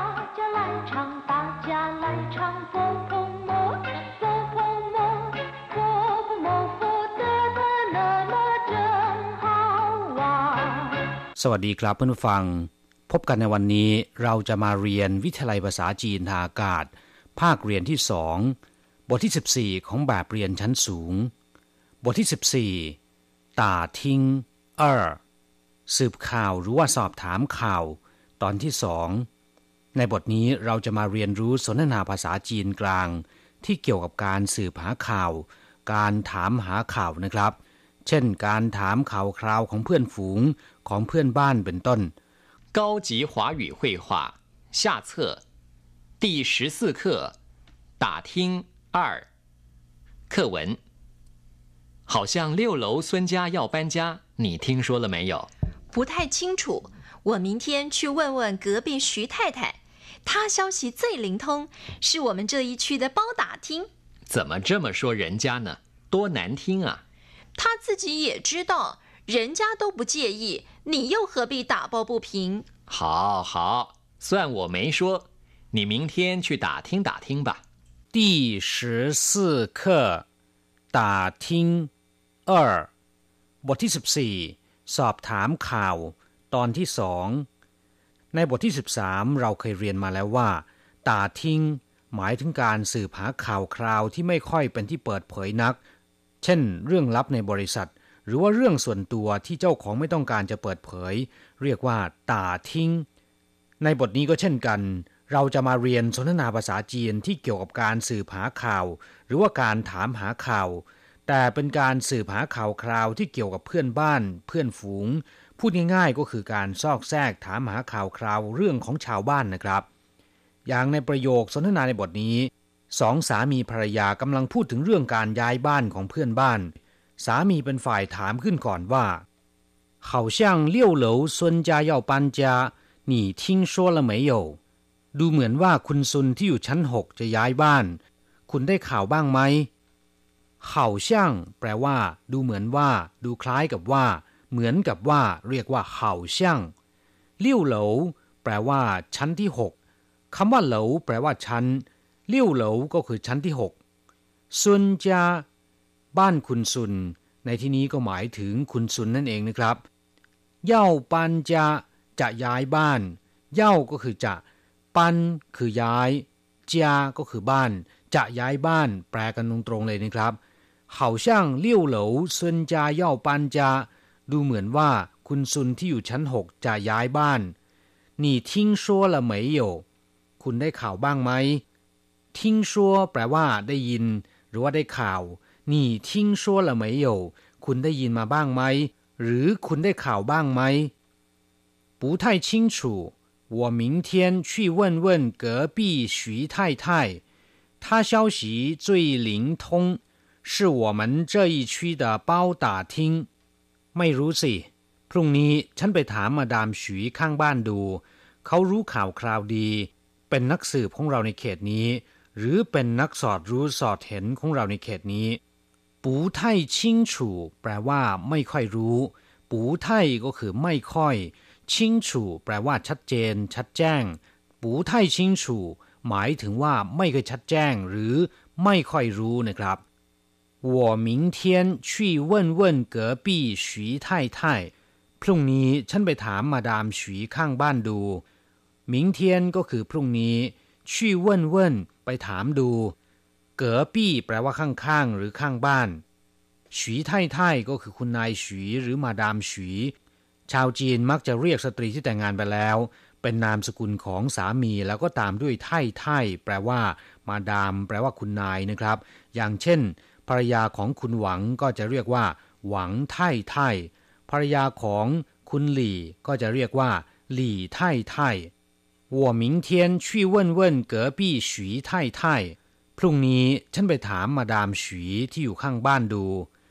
สวัสดีครับเพื่อนผู้ฟังพบกันในวันนี้เราจะมาเรียนวิทยาลัยภาษาจีนทางอากาศภาคเรียนที่สองบทที่สิบสี่ของแบบเรียนชั้นสูงบทที่สิบสี่ต่าทิ้งเอ่อสืบข่าวหรือว่าสอบถามข่าวตอนที่สองในบทนี้เราจะมาเรียนรู้สนทนาภาษาจีนกลางที่เกี่ยวกับการสืบหาข่าวการถามหาข่าวนะครับเช่นการถามข่าวคราวของเพื่อนฝูงของเพื่อนบ้านเป็นต้น高级华语绘画下册第十四课打听二课文好像六楼孙家要搬家你听说了没有不太清楚我明天去问问隔壁徐太太她消息最灵通是我们这一区的包打听怎么这么说人家呢多难听啊她自己也知道人家都不介意你又何必打抱不平好好算我没说你明天去打听打听吧第十四课打听二บทที่สิบสี่สอบถามข่าวตอนที่สองในบทที่สิบสามเราเคยเรียนมาแล้วว่าตาทิ้งหมายถึงการสืบหาข่าวคราวที่ไม่ค่อยเป็นที่เปิดเผยนักเช่นเรื่องลับในบริษัทหรือว่าเรื่องส่วนตัวที่เจ้าของไม่ต้องการจะเปิดเผยเรียกว่าตาทิ้งในบทนี้ก็เช่นกันเราจะมาเรียนสนทนาภาษาจีนที่เกี่ยวกับการสืบหาข่าวหรือว่าการถามหาข่าวแต่เป็นการสืบหาข่าวคราวที่เกี่ยวกับเพื่อนบ้านเพื่อนฝูงพูดง่ายๆก็คือการซอกแซกถามหาข่าวคราวเรื่องของชาวบ้านนะครับอย่างในประโยคสนทนาในบทนี้สองสามีภรรยากำลังพูดถึงเรื่องการย้ายบ้านของเพื่อนบ้านสามีเป็นฝ่ายถามขึ้นก่อนว่า好像六楼孙家要搬家你听说了没有ดูเหมือนว่าคุณซุนที่อยู่ชั้นหกจะย้ายบ้านคุณได้ข่าวบ้างไหม好像แปลว่าดูเหมือนว่าดูคล้ายกับว่าเหมือนกับว่าเรียกว่า好像六楼แปลว่าชั้นที่หกคำว่าเหลาแปลว่าชั้นเลี่ยวเหลาก็คือชั้นที่หกซุนจาบ้านคุณซุนในที่นี้ก็หมายถึงคุณซุนนั่นเองนะครับเย่าปันจาจะย้ายบ้านเย่าก็คือจะปันคือย้ายจาก็คือบ้านจะย้ายบ้านแปลกันตรงๆเลยนะครับ好像六楼孙家要搬家ดูเหมือนว่าคุณซุนที่อยู่ชั้นหกจะย้ายบ้าน你听说了没有คุณได้ข่าวบ้างไหมทิ้งชัวแปลว่าได้ยินหรือว่าได้ข่าวนี่ทิ้งชัว了没有คุณได้ยินมาบ้างไหมหรือคุณได้ข่าวบ้างไหม不太清楚我明天去问问隔壁徐太太她消息最灵通是我们这一区的包打听ไม่รู้สิพรุ่งนี้ฉันไปถามมาดามฉุยข้างบ้านดูเขารู้ข่าวคราวดีเป็นนักสืบของเราในเขตนี้หรือเป็นนักสอดรู้สอดเห็นของเราในเขตนี้ปูไท่ชิงฉูแปลว่าไม่ค่อยรู้ปูไท่ก็คือไม่ค่อยชิงฉูแปลว่าชัดเจนชัดแจ้งปูไท่ชิงฉูหมายถึงว่าไม่ค่อยชัดแจ้งหรือไม่ค่อยรู้นะครับ我明天去问问隔壁徐太太พรุ่งนี้ฉันไปถามมาดามฉุยข้างบ้านดู明天ก็คือพรุ่งนี้去问问ไปถามดูเก๋อปี้แปลว่าข้างๆหรือข้างบ้านฉุยไท่ไท่ก็คือคุณนายฉุยหรือมาดามฉุยชาวจีนมักจะเรียกสตรีที่แต่งงานไปแล้วเป็นนามสกุลของสามีแล้วก็ตามด้วยไท่ไท่แปลว่ามาดามแปลว่าคุณนายนะครับอย่างเช่นภรรยาของคุณหวังก็จะเรียกว่าหวังไท่ไท่ภรรยาของคุณหลี่ก็จะเรียกว่าหลี่ไท่ไท่我明天去问问隔壁徐太太พรุ่งนี้ฉันไปถามมาดามฉุยที่อยู่ข้างบ้านดู她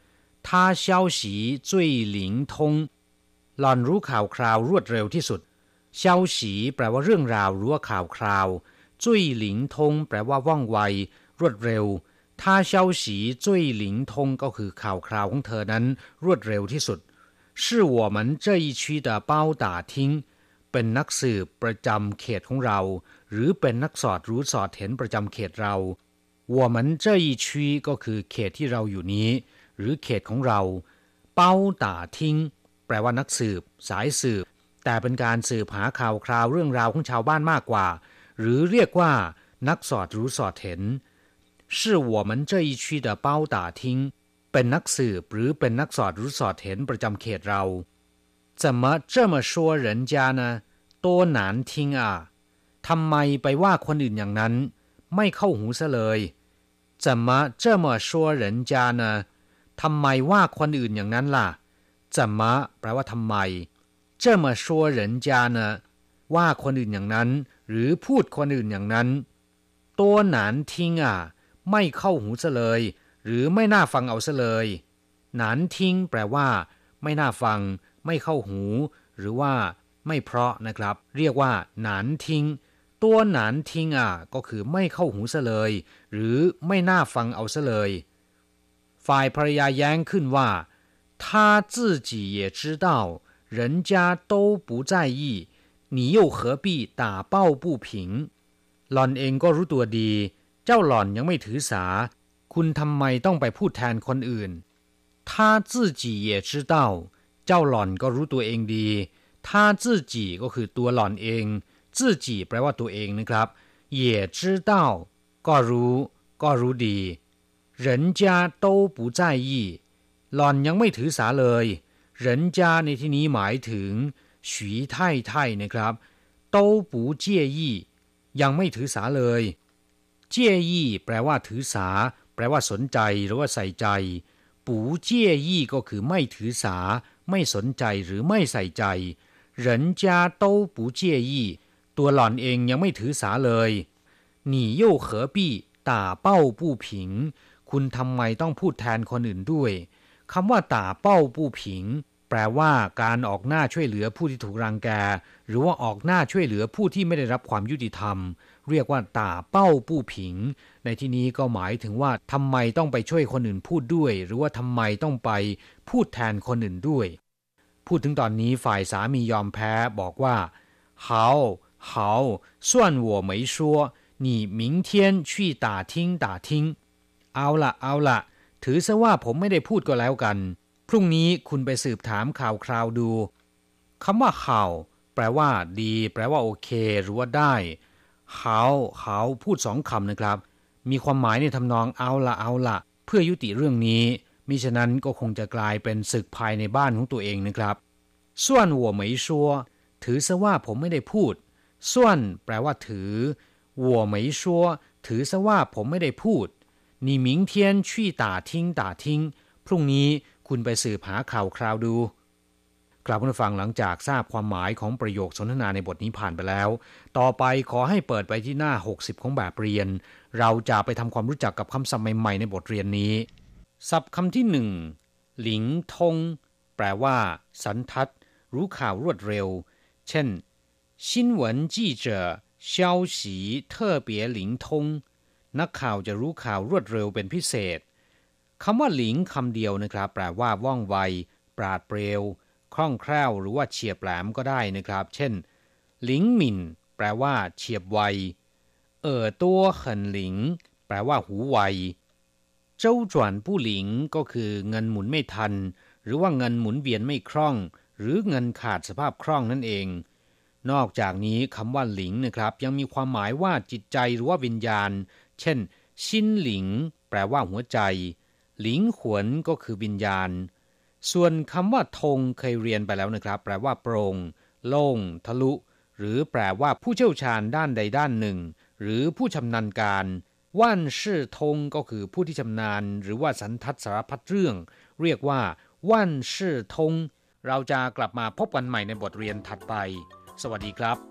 他消息最灵通หล่อนรู้ข่าวคราวรวดเร็วที่สุดเช่าฉีแปลว่าเรื่องราวหรือว่าข่าวคราวจุ้ยหลิงทงแปลว่าว่องไวรวดเร็วถ้าเช่าฉีจุ้ยหลิงทงก็คือข่าวคราวของเธอนั้นรวดเร็วที่สุด是我们这一区的包打听เป็นนักสืบประจำเขตของเราหรือเป็นนักสอดรู้สอดเห็นประจำเขตเรา我们这一区ก็คือเขตที่เราอยู่นี้หรือเขตของเราเป้าด่าทิ้งแปลว่านักสืบสายสืบแต่เป็นการสืบหาข่าวคราวเรื่องราวของชาวบ้านมากกว่าหรือเรียกว่านักสอดรู้สอดเห็น是我们这一区的包打听เป็นนักสืบหรือเป็นนักสอดรู้สอดเห็นประจำเขตเรา怎么这么说人家呢多难听啊ทำไมไปว่าคนอื่นอย่างนั้นไม่เข้าหูซะเลย怎么这么说人家呢ทำไมว่าคนอื่นอย่างนั้นล่ะ怎么แปลว่าทำไม这么说人家呢ว่าคนอื่นอย่างนั้นหรือพูดคนอื่นอย่างนั้น多难听啊ไม่เข้าหูซะเลยหรือไม่น่าฟังเอาซะเลยหนานทิ้งแปลว่าไม่น่าฟังไม่เข้าหูหรือว่าไม่เพราะนะครับเรียกว่าหนานทิ้งตัวหนานทิ้งอ่ะก็คือไม่เข้าหูซะเลยหรือไม่น่าฟังเอาซะเลยฝ่ายภรรยาแย้งขึ้นว่า他自己也知道人家都不在意你又何必打抱不平หล่อนเองก็รู้ตัวดีเจ้าหล่อนยังไม่ถือสาคุณทำไมต้องไปพูดแทนคนอื่น他自己也知道เจ้าหล่อนก็รู้ตัวเองดี他自己ก็คือตัวหล่อนเอง自己แปลว่าตัวเองนะครับ也知道ก็รู้ก็รู้ดี人家都不在意หล่อนยังไม่ถือสาเลย人家ในที่นี้หมายถึงฉีไท่ไท่นะครับ都不介意ยังไม่ถือสาเลยเจี้ยยี่แปลว่าถือสาแปลว่าสนใจหรือว่าใส่ใจปูเจี้ยยี่ก็คือไม่ถือสาไม่สนใจหรือไม่ใส่ใจ人家都不介意ตัวหล่อนเองยังไม่ถือสาเลย你又何必打抱不平คุณทำไมต้องพูดแทนคนอื่นด้วยคำว่า打抱不平แปลว่าการออกหน้าช่วยเหลือผู้ที่ถูกรังแกหรือว่าออกหน้าช่วยเหลือผู้ที่ไม่ได้รับความยุติธรรมเรียกว่าด่าเป้าผู้ผิงในที่นี้ก็หมายถึงว่าทำไมต้องไปช่วยคนอื่นพูดด้วยหรือว่าทำไมต้องไปพูดแทนคนอื่นด้วยพูดถึงตอนนี้ฝ่ายสามียอมแพ้บอกว่า好好算我没说你明天去打听打听เอาละเอาละถือซะว่าผมไม่ได้พูดก็แล้วกันพรุ่งนี้คุณไปสืบถามข่าวคราวดูคำว่าข่าวแปลว่าดีแปลว่าโอเคหรือว่าได้เขาเขาพูดสองคำนะครับมีความหมายในทำนองเอาละเอาละเพื่อยุติเรื่องนี้มิฉะนั้นก็คงจะกลายเป็นศึกภายในบ้านของตัวเองนะครับส่วน我没说ถือซะว่าผมไม่ได้พูดส่วนแปลว่าถือ我没说ถือซะว่าผมไม่ได้พูด你明天去打听打听พรุ่งนี้คุณไปสืบหาข่าวคราวดูกลับมาฟังหลังจากทราบความหมายของประโยคสนทนาในบทนี้ผ่านไปแล้วต่อไปขอให้เปิดไปที่หน้าหกสิบของแบบเรียนเราจะไปทำความรู้จักกับคำศัพท์ใหม่ๆในบทเรียนนี้ศัพท์คำที่หนึ่งหลิงทงแปลว่าสันทัดรู้ข่าวรวดเร็วเช่น新闻记者消息特别灵通นักข่าวจะรู้ข่าวรวดเร็วเป็นพิเศษคำว่าหลิงคำเดียวนะครับแปลว่าว่องไวปราดเปรียวคล่องแคล่วหรือว่าเฉียบแหลมก็ได้นะครับเช่นหลิงหมิ่นแปลว่าเฉียบไวเอ่อตัวเหินหลิงแปลว่าหูไวเจ้าจวนผู้หลิงก็คือเงินหมุนไม่ทันหรือว่าเงินหมุนเวียนไม่คล่องหรือเงินขาดสภาพคล่องนั่นเองนอกจากนี้คำว่าหลิงนะครับยังมีความหมายว่าจิตใจหรือว่าวิญญาณเช่นชินหลิงแปลว่าหัวใจหลิงขวนก็คือวิญญาณส่วนคำว่าธงเคยเรียนไปแล้วนะครับแปลว่าโปร่งโล่งทะลุหรือแปลว่าผู้เชี่ยวชาญด้านใดด้านหนึ่งหรือผู้ชำนาญการว่านชื่อธงก็คือผู้ที่ชำนาญหรือว่าสันทัดสารพัดเรื่องเรียกว่าว่านชื่อธงเราจะกลับมาพบกันใหม่ในบทเรียนถัดไปสวัสดีครับ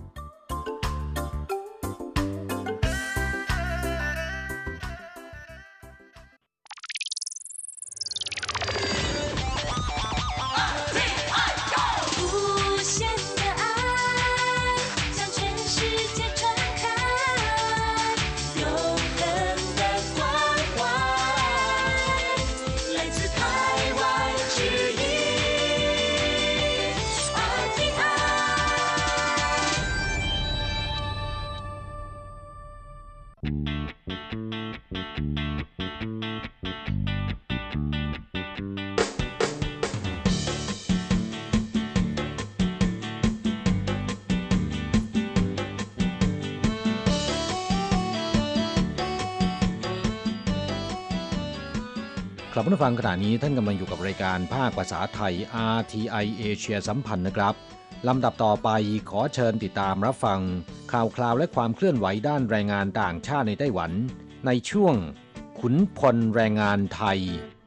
ลับมาฟังขณะนี้ท่านกำลังอยู่กับรายการภาคภาษาไทย อาร์ ที ไอ เอเชียสัมพันธ์นะครับลำดับต่อไปขอเชิญติดตามรับฟังข่าวคราวและความเคลื่อนไหวด้านแรงงานต่างชาติในไต้หวันในช่วงขุนพลแรงงานไทย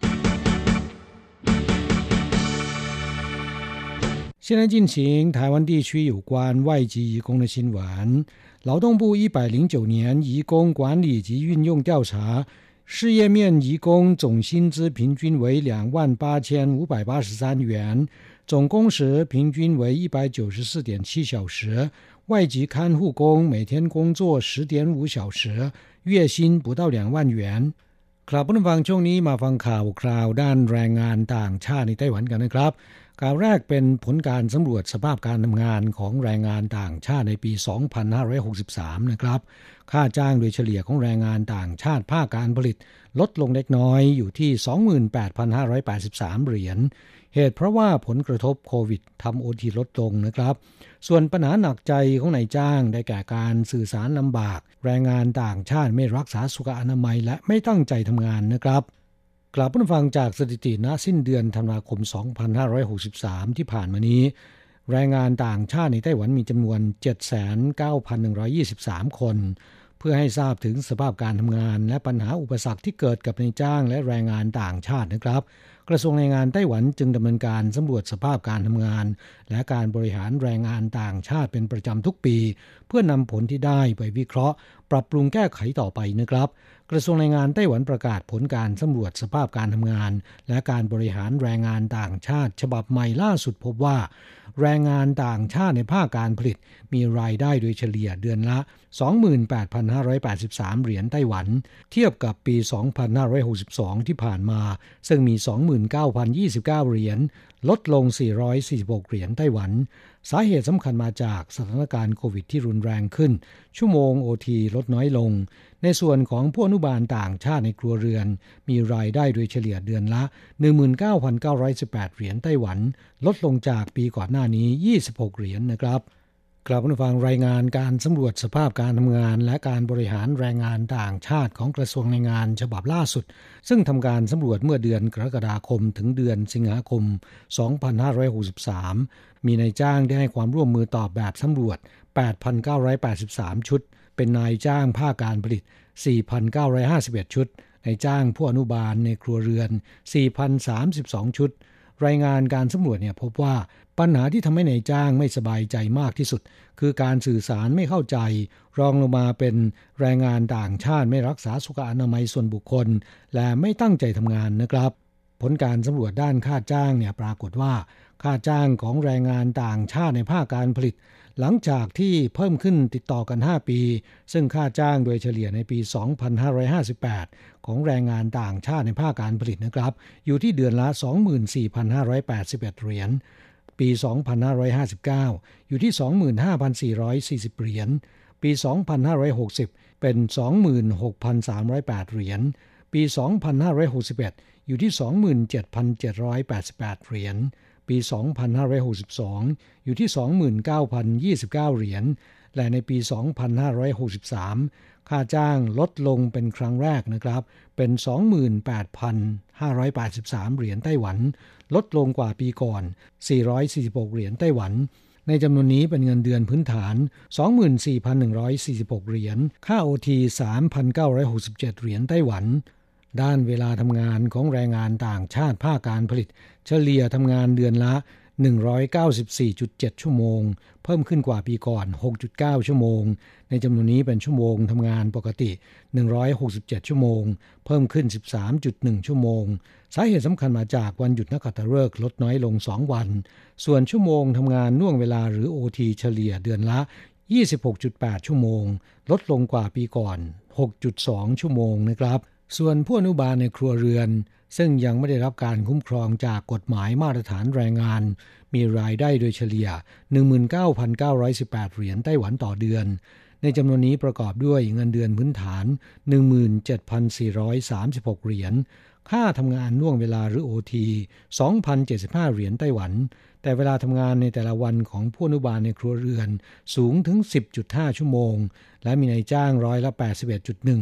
现在进行台湾地区有关外籍移工的新闻。劳动部一百零九年移工管理及运用调查，事业面移工总薪资平均为两万八千五百八十三元，总工时平均为一百九十四点七小时，外籍看护工每天工作十点五小时，月薪不到两万元。ครับผู้ฟังช่วงนี้มาฟังข่าวคราวด้านแรงงานต่างชาติในไต้หวันกันนะครับข่าวแรกเป็นผลการสำรวจสภาพการทำงานของแรงงานต่างชาติในปีสองพันห้าร้อยหกสิบสามนะครับค่าจ้างโดยเฉลี่ยของแรงงานต่างชาติภาคการผลิตลดลงเล็กน้อยอยู่ที่ สองหมื่นแปดพันห้าร้อยแปดสิบสาม เหรียญเหตุเพราะว่าผลกระทบโควิดทำโอทีลดลงนะครับส่วนปัญหาหนักใจของนายจ้างได้แก่การสื่อสารลำบากแรงงานต่างชาติไม่รักษาสุขอนามัยและไม่ตั้งใจทำงานนะครับกลับมาฟังจากสถิติณสิ้นเดือนธันวาคมสองพันห้าร้อยหกสิบสามที่ผ่านมานี้แรงงานต่างชาติในไต้หวันมีจำนวน เจ็ดแสนเก้าพันหนึ่งร้อยยี่สิบสาม คนเพื่อให้ทราบถึงสภาพการทำงานและปัญหาอุปสรรคที่เกิดกับนายจ้างและแรงงานต่างชาตินะครับกระทรวงแรงงานไต้หวันจึงดำเนินการสำรวจสภาพการทำงานและการบริหารแรงงานต่างชาติเป็นประจำทุกปีเพื่อนำผลที่ได้ไปวิเคราะห์ปรับปรุงแก้ไขต่อไปนะครับกระทรวงแรงงานไต้หวันประกาศผลการสำรวจสภาพการทำงานและการบริหารแรงงานต่างชาติฉบับใหม่ล่าสุดพบว่าแรงงานต่างชาติในภาคการผลิตมีรายได้โดยเฉลี่ยเดือนละ สองหมื่นแปดพันห้าร้อยแปดสิบสาม เหรียญไต้หวันเทียบกับปีสองพันห้าร้อยหกสิบสองที่ผ่านมาซึ่งมี สองหมื่นเก้าพันยี่สิบเก้า เหรียญลดลงสี่ร้อยสี่สิบหกเหรียญไต้หวันสาเหตุสำคัญมาจากสถานการณ์โควิดที่รุนแรงขึ้นชั่วโมง โอ ที ลดน้อยลงในส่วนของผู้อนุบาลต่างชาติในครัวเรือนมีรายได้โดยเฉลี่ยเดือนละ หนึ่งหมื่นเก้าพันเก้าร้อยสิบแปด เหรียญไต้หวันลดลงจากปีก่อนหน้านี้ยี่สิบหกเหรียญนะครับกลับมาฟังรายงานการสำรวจสภาพการทำงานและการบริหารแรงงานต่างชาติของกระทรวงแรงงานฉบับล่าสุดซึ่งทำการสำรวจเมื่อเดือนกรกฎาคมถึงเดือนสิงหาคมสองพันห้าร้อยหกสิบสามมีนายจ้างได้ให้ความร่วมมือตอบแบบสำรวจ แปดพันเก้าร้อยแปดสิบสาม ชุดเป็นนายจ้างภาคการผลิต สี่พันเก้าร้อยห้าสิบเอ็ด ชุดนายจ้างผู้อนุบาลในครัวเรือน สี่พันสามสิบสอง ชุดรายงานการสำรวจเนี่ยพบว่าปัญหาที่ทำให้นายจ้างไม่สบายใจมากที่สุดคือการสื่อสารไม่เข้าใจรองลงมาเป็นแรงงานต่างชาติไม่รักษาสุขอนามัยส่วนบุคคลและไม่ตั้งใจทำงานนะครับผลการสำรวจด้านค่าจ้างเนี่ยปรากฏว่าค่าจ้างของแรงงานต่างชาติในภาคการผลิตหลังจากที่เพิ่มขึ้นติดต่อกันห้าปีซึ่งค่าจ้างโดยเฉลี่ยในปีสองพันห้าร้อยห้าสิบแปดของแรงงานต่างชาติในภาคการผลิตนะครับอยู่ที่เดือนละ สองหมื่นสี่พันห้าร้อยแปดสิบเอ็ด เหรียญปีสองพันห้าร้อยห้าสิบเก้าอยู่ที่ สองหมื่นห้าพันสี่ร้อยสี่สิบ เหรียญปีสองพันห้าร้อยหกสิบเป็น สองหมื่นหกพันสามร้อยแปด เหรียญปีสองพันห้าร้อยหกสิบเอ็ดอยู่ที่ สองหมื่นเจ็ดพันเจ็ดร้อยแปดสิบแปด เหรียญปีสองพันห้าร้อยหกสิบสองอยู่ที่ สองหมื่นเก้าพันยี่สิบเก้า เหรียญและในปีสองพันห้าร้อยหกสิบสามค่าจ้างลดลงเป็นครั้งแรกนะครับเป็น สองหมื่นแปดพันห้าร้อยแปดสิบสาม เหรียญไต้หวันลดลงกว่าปีก่อนสี่ร้อยสี่สิบหกเหรียญไต้หวันในจำนวนนี้เป็นเงินเดือนพื้นฐาน สองหมื่นสี่พันหนึ่งร้อยสี่สิบหก เหรียญค่า โอ ที สามพันเก้าร้อยหกสิบเจ็ด เหรียญไต้หวันด้านเวลาทำงานของแรงงานต่างชาติภาคการผลิตเฉลี่ยทำงานเดือนละ หนึ่งร้อยเก้าสิบสี่จุดเจ็ด ชั่วโมงเพิ่มขึ้นกว่าปีก่อน หกจุดเก้า ชั่วโมงในจำนวนนี้เป็นชั่วโมงทำงานปกติหนึ่งร้อยหกสิบเจ็ดชั่วโมงเพิ่มขึ้น สิบสามจุดหนึ่ง ชั่วโมงสาเหตุสำคัญมาจากวันหยุดนักขัตฤกษ์ลดน้อยลงสองวันส่วนชั่วโมงทำงานล่วงเวลาหรือ โอ ที เฉลี่ยเดือนละ ยี่สิบหกจุดแปด ชั่วโมงลดลงกว่าปีก่อน หกจุดสอง ชั่วโมงนะครับส่วนผู้อนุบาลในครัวเรือนซึ่งยังไม่ได้รับการคุ้มครองจากกฎหมายมาตรฐานแรงงานมีรายได้โดยเฉลี่ย หนึ่งหมื่นเก้าพันเก้าร้อยสิบแปด เหรียญไต้หวันต่อเดือนในจำนวนนี้ประกอบด้วยเงินเดือนพื้นฐาน หนึ่งหมื่นเจ็ดพันสี่ร้อยสามสิบหก เหรียญค่าทำงานล่วงเวลาหรือ โอ ที สองพันเจ็ดสิบห้า เหรียญไต้หวันแต่เวลาทำงานในแต่ละวันของผู้อนุบาลในครัวเรือนสูงถึง สิบจุดห้า ชั่วโมงและมีนายจ้างร้อยละ แปดสิบเอ็ดจุดหนึ่ง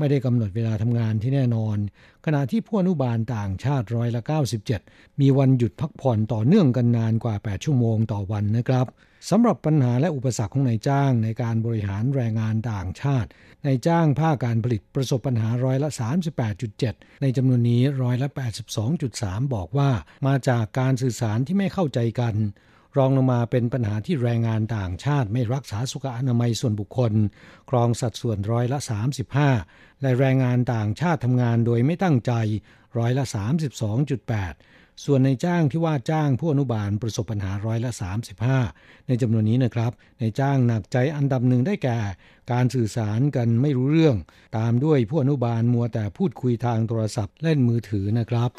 ไม่ได้กำหนดเวลาทำงานที่แน่นอนขณะที่ผู้อนุบาลต่างชาติร้อยละเก้าสิบเจ็ดมีวันหยุดพักผ่อนต่อเนื่องกันนานกว่าแปดชั่วโมงต่อวันนะครับสำหรับปัญหาและอุปสรรคของนายจ้างในการบริหารแรงงานต่างชาตินายจ้างภาคการผลิตประสบปัญหาร้อยละ สามสิบแปดจุดเจ็ด ในจำนวนนี้ร้อยละ แปดสิบสองจุดสาม บอกว่ามาจากการสื่อสารที่ไม่เข้าใจกันรองลงมาเป็นปัญหาที่แรงงานต่างชาติไม่รักษาสุขอนามัยส่วนบุคคลครองสัดส่วนร้อยละ สามสิบห้า และแรงงานต่างชาติทำงานโดยไม่ตั้งใจร้อยละ สามสิบสองจุดแปด ส่วนในจ้างที่ว่าจ้างผู้อนุบาลประสบปัญหาร้อยละ สามสิบห้า ในจำนวนนี้นะครับในจ้างหนักใจอันดับหนึ่งได้แก่การสื่อสารกันไม่รู้เรื่องตามด้วยผู้อนุบาลมัวแต่พูดคุยทางโทรศัพท์เล่นมือถือนะครับ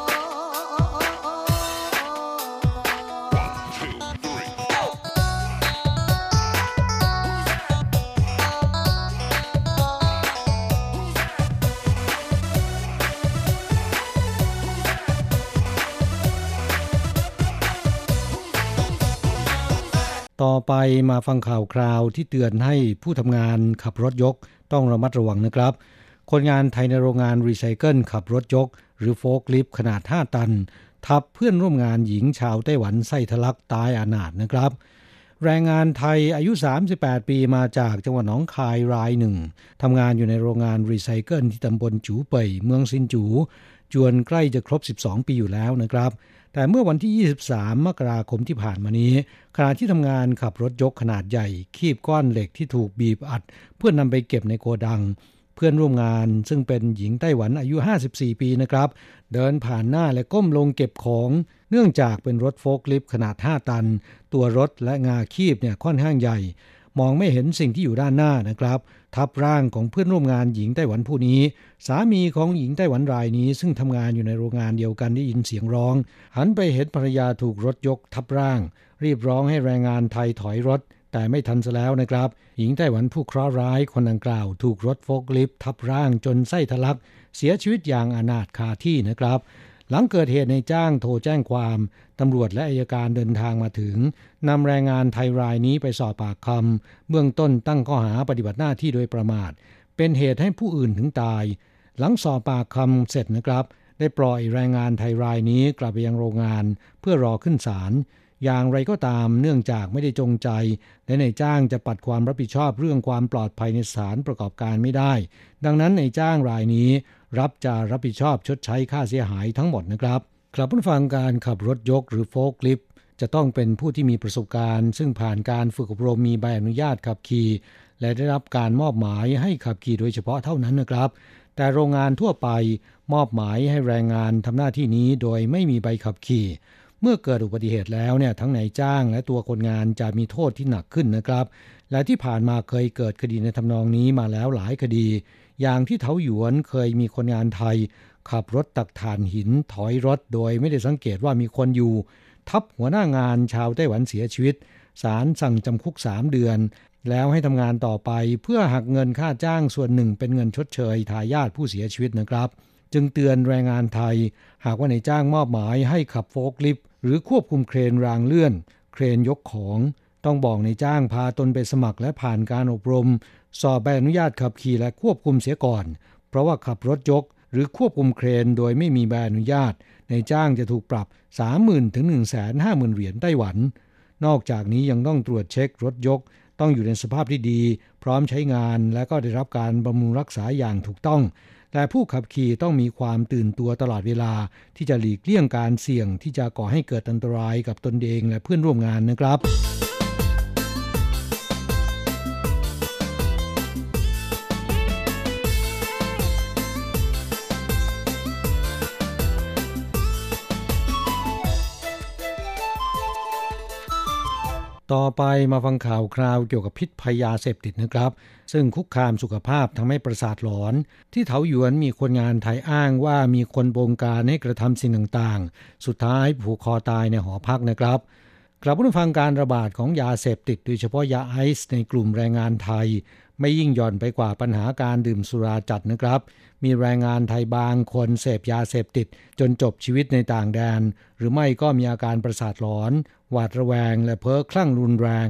ต่อไปมาฟังข่าวคราวที่เตือนให้ผู้ทำงานขับรถยกต้องระมัดระวังนะครับคนงานไทยในโรงงานรีไซเคิลขับรถยกหรือโฟล์คลิฟต์ขนาดห้าตันทับเพื่อนร่วมงานหญิงชาวไต้หวันไส้ทะลักตายอนาถนะครับแรงงานไทยอายุสามสิบแปดปีมาจากจังหวัดหนองคายรายหนึ่งทำงานอยู่ในโรงงานรีไซเคิลที่ตำบลจูเป่ยเมืองซินจูจวนใกล้จะครบสิบสองปีอยู่แล้วนะครับแต่เมื่อวันที่ยี่สิบสามมกราคมที่ผ่านมานี้ขณะที่ทำงานขับรถยกขนาดใหญ่คีบก้อนเหล็กที่ถูกบีบอัดเพื่อนำไปเก็บในโกดังเพื่อนร่วมงานซึ่งเป็นหญิงไต้หวันอายุห้าสิบสี่ปีนะครับเดินผ่านหน้าและก้มลงเก็บของเนื่องจากเป็นรถโฟล์คลิฟต์ขนาดห้าตันตัวรถและงาคีบเนี่ยค่อนข้างใหญ่มองไม่เห็นสิ่งที่อยู่ด้านหน้านะครับทับร่างของเพื่อนร่วมงานหญิงไต้หวันผู้นี้สามีของหญิงไต้หวันรายนี้ซึ่งทำงานอยู่ในโรงงานเดียวกันได้ยินเสียงร้องหันไปเห็นภรรยาถูกรถยกทับร่างรีบร้องให้แรงงานไทยถอยรถแต่ไม่ทันซะแล้วนะครับหญิงไต้หวันผู้เคราะห์ร้ายคนดังกล่าวถูกรถโฟล์คลิฟต์ทับร่างจนไส้ทะลักเสียชีวิตอย่างอนาถคาที่นะครับหลังเกิดเหตุในจ้างโทรแจ้งความตำรวจและอัยการเดินทางมาถึงนำแรงงานไทยรายนี้ไปสอบปากคำเบื้องต้นตั้งข้อหาปฏิบัติหน้าที่โดยประมาทเป็นเหตุให้ผู้อื่นถึงตายหลังสอบปากคำเสร็จนะครับได้ปล่อยแรงงานไทยรายนี้กลับไปยังโรงงานเพื่อรอขึ้นศาลอย่างไรก็ตามเนื่องจากไม่ได้จงใจและนายจ้างจะปัดความรับผิดชอบเรื่องความปลอดภัยในสถานประกอบการไม่ได้ดังนั้นนายจ้างรายนี้รับจะรับผิดชอบชดใช้ค่าเสียหายทั้งหมดนะครับครับผู้ฟังการขับรถยกหรือโฟล์คลิฟต์จะต้องเป็นผู้ที่มีประสบการณ์ซึ่งผ่านการฝึกอบรมมีใบอนุญาตขับขี่และได้รับการมอบหมายให้ขับขี่โดยเฉพาะเท่านั้นนะครับแต่โรงงานทั่วไปมอบหมายให้แรงงานทำหน้าที่นี้โดยไม่มีใบขับขี่เมื่อเกิดอุบัติเหตุแล้วเนี่ยทั้งนายจ้างและตัวคนงานจะมีโทษที่หนักขึ้นนะครับและที่ผ่านมาเคยเกิดคดีในทำนองนี้มาแล้วหลายคดีอย่างที่เถาหยวนเคยมีคนงานไทยขับรถตักถ่านหินถอยรถโดยไม่ได้สังเกตว่ามีคนอยู่ทับหัวหน้างานชาวไต้หวันเสียชีวิตศาลสั่งจำคุกสามเดือนแล้วให้ทำงานต่อไปเพื่อหักเงินค่าจ้างส่วนหนึ่งเป็นเงินชดเชยทายาทผู้เสียชีวิตนะครับจึงเตือนแรงงานไทยหากว่านายจ้างมอบหมายให้ขับโฟล์คลิฟต์หรือควบคุมเครนรางเลื่อนเครนยกของต้องบอกนายจ้างพาตนไปสมัครและผ่านการอบรมสอบใบอนุญาตขับขี่และควบคุมเสียก่อนเพราะว่าขับรถยกหรือควบคุมเครนโดยไม่มีใบอนุญาตนายจ้างจะถูกปรับ สามหมื่น ถึง หนึ่งแสนห้าหมื่น เหรียญไต้หวันนอกจากนี้ยังต้องตรวจเช็ครถยกต้องอยู่ในสภาพที่ดีพร้อมใช้งานและก็ได้รับการบำรุงรักษาอย่างถูกต้องแต่ผู้ขับขี่ต้องมีความตื่นตัวตลอดเวลาที่จะหลีกเลี่ยงการเสี่ยงที่จะก่อให้เกิดอันตรายกับตนเองและเพื่อนร่วมงานนะครับต่อไปมาฟังข่าวคราวเกี่ยวกับพิษภัยยาเสพติดนะครับซึ่งคุกคามสุขภาพทำให้ประสาทหลอนที่เถาหยวนมีคนงานไทยอ้างว่ามีคนบงการให้กระทำสิ่งต่างๆสุดท้ายผูกคอตายในหอพักนะครับกลับมาฟังการระบาดของยาเสพติดโดยเฉพาะยาไอซ์ในกลุ่มแรงงานไทยไม่ยิ่งหย่อนไปกว่าปัญหาการดื่มสุราจัดนะครับมีแรงงานไทยบางคนเสพยาเสพติดจนจบชีวิตในต่างแดนหรือไม่ก็มีอาการประสาทหลอนหวาดระแวงและเพ้อคลั่งรุนแรง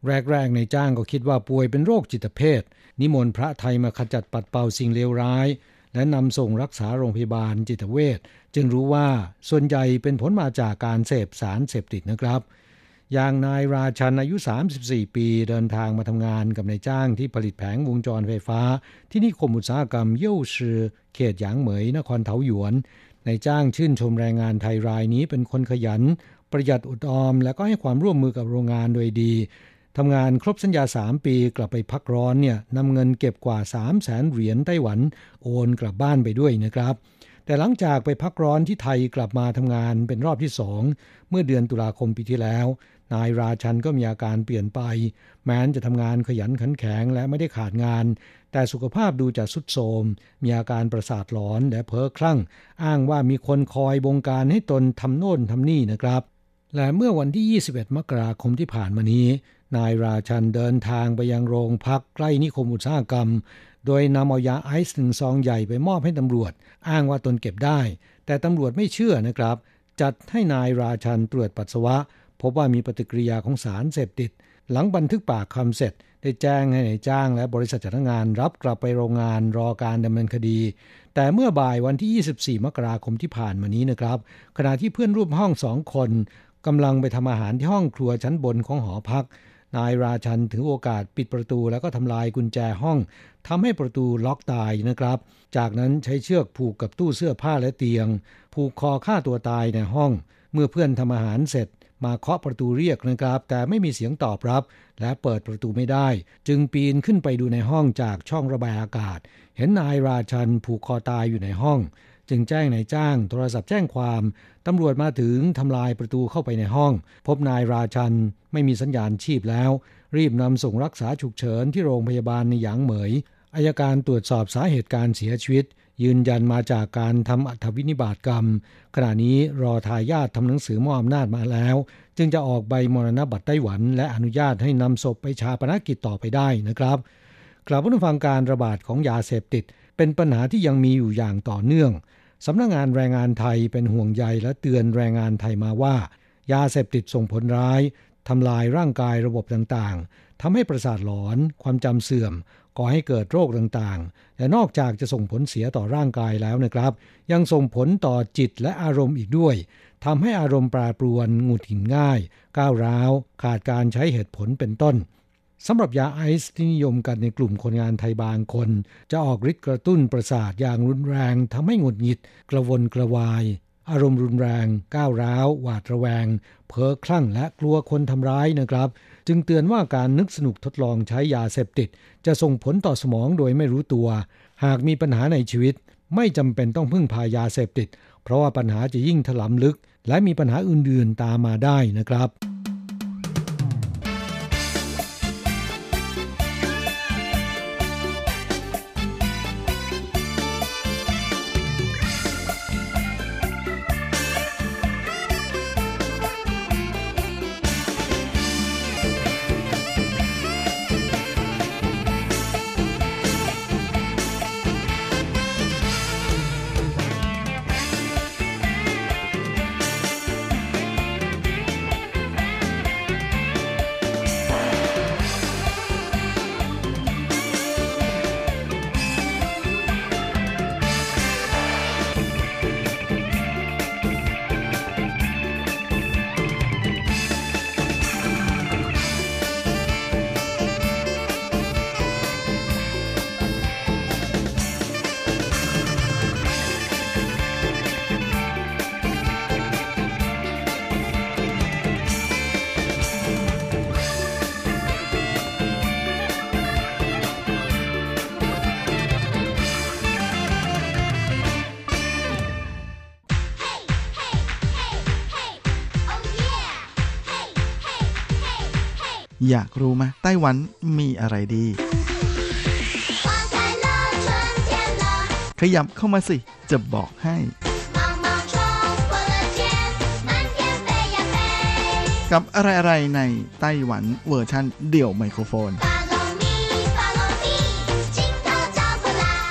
แรกๆในจ้างก็คิดว่าป่วยเป็นโรคจิตเภทนิมนต์พระไทยมาขจัดปัดเป่าสิ่งเลวร้ายและนำส่งรักษาโรงพยาบาลจิตเวชจึงรู้ว่าส่วนใหญ่เป็นผลมาจากการเสพสารเสพติดนะครับอย่างนายราชันอายุสามสิบสี่ปีเดินทางมาทำงานกับนายจ้างที่ผลิตแผงวงจรไฟฟ้าที่นิคมอุตสาหกรรมเย่าซือเขตหยางเหมยนครเทาหยวนนายจ้างชื่นชมแรงงานไทยรายนี้เป็นคนขยันประหยัดอดออมและก็ให้ความร่วมมือกับโรงงานโดยดีทำงานครบสัญญาสามปีกลับไปพักร้อนเนี่ยนำเงินเก็บกว่า สามแสน เหรียญไต้หวันโอนกลับบ้านไปด้วยนะครับแต่หลังจากไปพักร้อนที่ไทยกลับมาทำงานเป็นรอบที่สองเมื่อเดือนตุลาคมปีที่แล้วนายราชันก็มีอาการเปลี่ยนไปแม้จะทำงานขยันขันแข็งและไม่ได้ขาดงานแต่สุขภาพดูจะทรุดโทรมมีอาการประสาทหลอนและเพ้อคลั่งอ้างว่ามีคนคอยบงการให้ตนทำโน่นทำนี่นะครับและเมื่อวันที่ยี่สิบเอ็ดมกราคมที่ผ่านมานี้นายราชันเดินทางไปยังโรงพักใกล้นิคมอุตสาหกรรมโดยนำเอายาไอซ์หนึ่งซองใหญ่ไปมอบให้ตำรวจอ้างว่าตนเก็บได้แต่ตำรวจไม่เชื่อนะครับจัดให้นายราชันตรวจปัสสาวะพบว่ามีปฏิกิริยาของสารเสพติดหลังบันทึกปากคำเสร็จได้แจ้งให้นายจ้างและบริษัทจ้างงานรับกลับไปโรงงานรอการดำเนินคดีแต่เมื่อบ่ายวันที่ยี่สิบสี่มกราคมที่ผ่านมานี้นะครับขณะที่เพื่อนร่วมห้องสองคนกำลังไปทำอาหารที่ห้องครัวชั้นบนของหอพักนายราชันถือโอกาสปิดประตูแล้วก็ทำลายกุญแจห้องทำให้ประตูล็อกตายนะครับจากนั้นใช้เชือกผูกกับตู้เสื้อผ้าและเตียงผูกคอฆ่าตัวตายในห้องเมื่อเพื่อนทำอาหารเสร็จมาเคาะประตูเรียกนะครับแต่ไม่มีเสียงตอบรับและเปิดประตูไม่ได้จึงปีนขึ้นไปดูในห้องจากช่องระบายอากาศเห็นนายราชันผูกคอตายอยู่ในห้องจึงแจ้งนายจ้างโทรศัพท์แจ้งความตำรวจมาถึงทำลายประตูเข้าไปในห้องพบนายราชันไม่มีสัญญาณชีพแล้วรีบนำส่งรักษาฉุกเฉินที่โรงพยาบาลในหยางเหมยอัยการตรวจสอบสาเหตุการเสียชีวิตยืนยันมาจากการทำอัฐวินิบาตกรรมขณะนี้รอทายาททำหนังสือมอบอำนาจมาแล้วจึงจะออกใบมรณบัตรไต้หวันและอนุญาตให้นำศพไปฌาปนกิจต่อไปได้นะครับกล่าวผู้ฟังการระบาดของยาเสพติดเป็นปัญหาที่ยังมีอยู่อย่างต่อเนื่องสำนักงานแรงงานไทยเป็นห่วงใยและเตือนแรงงานไทยมาว่ายาเสพติดส่งผลร้ายทำลายร่างกายระบบต่างๆทำให้ประสาทหลอนความจำเสื่อมก่อให้เกิดโรคต่างๆและนอกจากจะส่งผลเสียต่อร่างกายแล้วนะครับยังส่งผลต่อจิตและอารมณ์อีกด้วยทำให้อารมณ์แปรปรวนหงุดหงิดง่ายก้าวร้าวขาดการใช้เหตุผลเป็นต้นสำหรับยาไอซ์ที่นิยมกันในกลุ่มคนงานไทยบางคนจะออกฤทธิ์กระตุ้นประสาทอย่างรุนแรงทำให้หงุดหงิดกระวนกระวายอารมณ์รุนแรงก้าวร้าวหวาดระแวงเพ้อคลั่งและกลัวคนทำร้ายนะครับจึงเตือนว่าการนึกสนุกทดลองใช้ยาเสพติดจะส่งผลต่อสมองโดยไม่รู้ตัวหากมีปัญหาในชีวิตไม่จำเป็นต้องพึ่งพายาเสพติดเพราะว่าปัญหาจะยิ่งถลำลึกและมีปัญหาอื่นๆตามมาได้นะครับอยากรู้ไหมไต้หวันมีอะไรดีขยับเข้ามาสิจะบอกให้กับอะไรๆในไต้หวันเวอร์ชันเดี่ยวไมโครโฟน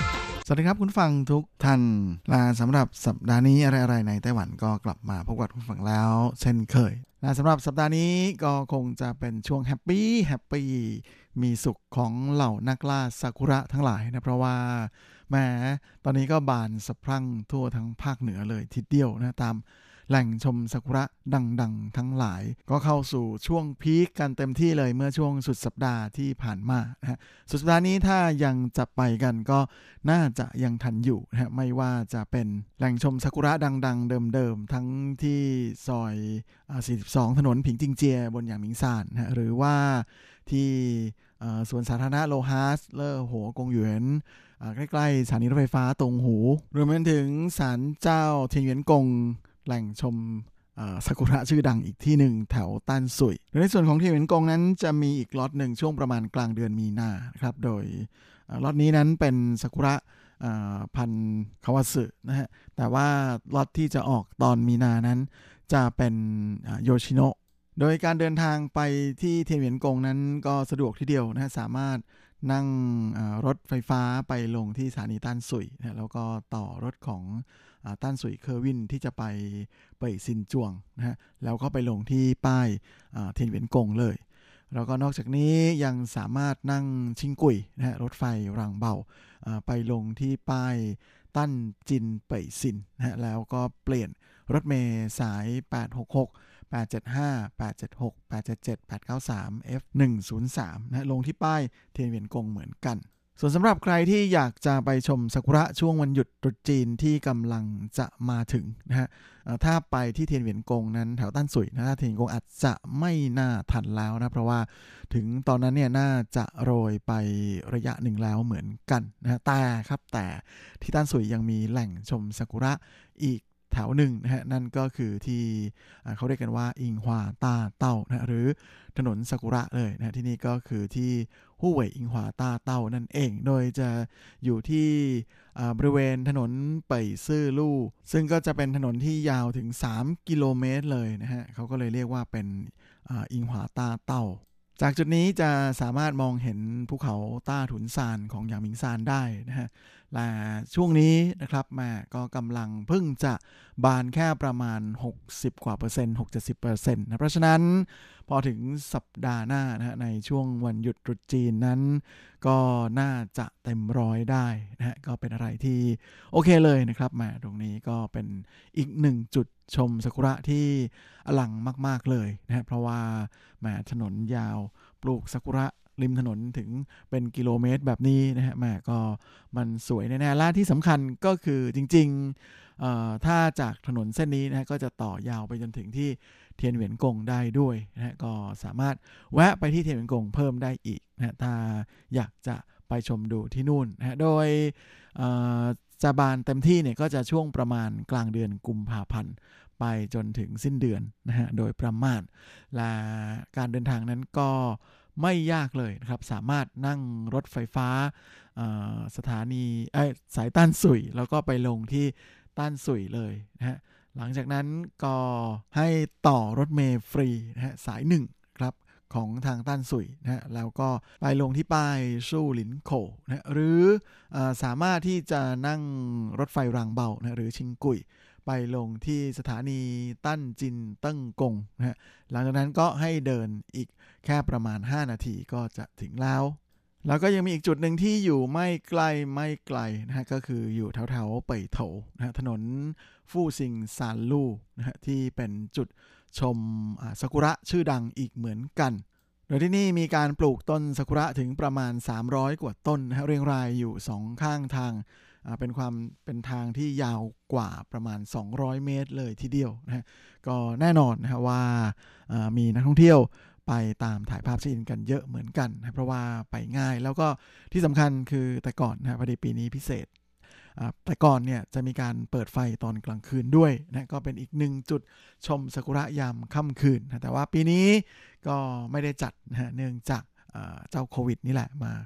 วัสดีครับคุณฟังทุกท่านลาสำหรับสัปดาห์นี้อะไรๆในไต้หวันก็กลับมาพบกับคุณฟังแล้วเช่นเคยลาสำหรับสัปดาห์นี้ก็คงจะเป็นช่วงแฮปปี้แฮปปี้มีสุขของเหล่านักล่าซากุระทั้งหลายนะเพราะว่าแหมตอนนี้ก็บานสะพรั่งทั่วทั้งภาคเหนือเลยทีเดียวนะตามแหล่งชมซากุระดังๆทั้งหลายก็เข้าสู่ช่วงพีคกันเต็มที่เลยเมื่อช่วงสุดสัปดาห์ที่ผ่านมานะฮะสุดสัปดาห์นี้ถ้ายังจะไปกันก็น่าจะยังทันอยู่นะฮะไม่ว่าจะเป็นแหล่งชมซากุระดังๆเดิมๆทั้งที่ซอยสี่สิบสองถนนผิงจิงเจียบนหยางหมิงซานนะหรือว่าที่สวนสาธารณะโลฮัสเลอหัวกงหยวนใกล้ๆสถานีรถไฟฟ้าตงหูรวมไปถึงศาลเจ้าเทียนหยวนกงแหล่งชมซากุระชื่อดังอีกที่หนึ่งแถวต้านสุยในส่วนของเทียนหยวนกงนั้นจะมีอีกล็อตหนึ่งช่วงประมาณกลางเดือนมีนาครับโดยล็อตนี้นั้นเป็นซากุระพันธุ์คาวาสึนะฮะแต่ว่าล็อตที่จะออกตอนมีนานั้นจะเป็นโยชิโนะโดยการเดินทางไปที่เทียนหยวนกงนั้นก็สะดวกทีเดียวนะสามารถนั่งรถไฟฟ้าไปลงที่สถานีต้านสุยนะแล้วก็ต่อรถของต้านสุยเคอร์วินที่จะไปเป่ยซินจวงนะฮะแล้วก็ไปลงที่ป้ายเทียนหยวนกงเลยแล้วก็นอกจากนี้ยังสามารถนั่งชิงกุยนะฮะรถไฟรางเบาไปลงที่ป้ายตั้นจินเป่ยซินนะฮะแล้วก็เปลี่ยนรถเมล์สายแปดหกหก แปดเจ็ดห้า แปดเจ็ดหก แปดเจ็ดเจ็ด แปดเก้าสาม เอฟ หนึ่งศูนย์สามนะลงที่ป้ายเทียนหยวนกงเหมือนกันส่วนสำหรับใครที่อยากจะไปชมซากุระช่วงวันหยุดตรุษจีนที่กำลังจะมาถึงนะฮะถ้าไปที่เทียนหยวนกงนั้นแถวต้านสุยนะถ้าเทียนหยวนกงอาจจะไม่น่าทันแล้วนะเพราะว่าถึงตอนนั้นเนี่ยน่าจะโรยไประยะหนึ่งแล้วเหมือนกันนะแต่ครับแต่ที่ต้านสุยยังมีแหล่งชมซากุระอีกแถวหนึ่งนะฮะนั่นก็คือที่เขาเรียกกันว่าอิงฮวาต้าเต้านะหรือถนนซากุระเลยนะที่นี่ก็คือที่ฮู่เว่ยอิงฮวาต้าเต้านั่นเองโดยจะอยู่ที่บริเวณถนนเป่ยซื่อลู่ซึ่งก็จะเป็นถนนที่ยาวถึงสามกิโลเมตรเลยนะฮะเขาก็เลยเรียกว่าเป็นอิงฮวาต้าเต้าจากจุดนี้จะสามารถมองเห็นภูเขาต้าถุนซานของหยางหมิงซานได้นะฮะและช่วงนี้นะครับแม่ก็กำลังเพิ่งจะบานแค่ประมาณหกสิบกว่าเปอร์เซ็นต์ หกสิบเจ็ดสิบเปอร์เซ็นต์ นะเพราะฉะนั้นพอถึงสัปดาห์หน้านะฮะในช่วงวันหยุดตรุษจีนนั้นก็น่าจะเต็มร้อยได้นะฮะก็เป็นอะไรที่โอเคเลยนะครับแม่ตรงนี้ก็เป็นอีกหนึ่งจุดชมซากุระที่อลังมากๆเลยนะฮะเพราะว่าแม่ถนนยาวปลูกซากุระริมถนนถึงเป็นกิโลเมตรแบบนี้นะฮะแม่ก็มันสวยแน่ๆและที่สำคัญก็คือจริงๆถ้าจากถนนเส้นนี้นะฮะก็จะต่อยาวไปจนถึงที่เทียนหยวนกงได้ด้วยนะฮะก็สามารถแวะไปที่เทียนหยวนกงเพิ่มได้อีกนะถ้าอยากจะไปชมดูที่นู่นนะฮะโดยจะบานเต็มที่เนี่ยก็จะช่วงประมาณกลางเดือนกุมภาพันธ์ไปจนถึงสิ้นเดือนนะฮะโดยประมาณและการเดินทางนั้นก็ไม่ยากเลยนะครับสามารถนั่งรถไฟฟ้าสถานีสายต้านสุยแล้วก็ไปลงที่ต้านสุยเลยนะฮะหลังจากนั้นก็ให้ต่อรถเมล์ฟรีนะฮะสายหนึ่งครับของทางต้านสุยนะฮะแล้วก็ไปลงที่ป้ายสู้หลินโขนะหรือสามารถที่จะนั่งรถไฟรางเบานะหรือชิงกุยไปลงที่สถานีตั้นจินเติ้งกงนะฮะหลังจากนั้นก็ให้เดินอีกแค่ประมาณห้านาทีก็จะถึงแล้วแล้วก็ยังมีอีกจุดหนึ่งที่อยู่ไม่ไกลไม่ไกลนะฮะก็คืออยู่แถวๆเป่ยโถนะฮะถนนฟู่ซิงซานลู่นะฮะที่เป็นจุดชมซากุระชื่อดังอีกเหมือนกันโดยที่นี่มีการปลูกต้นซากุระถึงประมาณสามร้อยกว่าต้นนะฮะเรียงรายอยู่สองข้างทางเป็นความเป็นทางที่ยาวกว่าประมาณสองร้อยเมตรเลยทีเดียวนะฮะก็แน่นอนนะฮะว่ามีนักท่องเที่ยวไปตามถ่ายภาพเช็คอินกันเยอะเหมือนกันนะเพราะว่าไปง่ายแล้วก็ที่สำคัญคือแต่ก่อนนะพอดีปีนี้พิเศษแต่ก่อนเนี่ยจะมีการเปิดไฟตอนกลางคืนด้วยนะก็เป็นอีกหนึ่งจุดชมซากุระยามค่ำคืนนะแต่ว่าปีนี้ก็ไม่ได้จัดนะฮะเนื่องจากเจ้าโควิดนี่แหละมา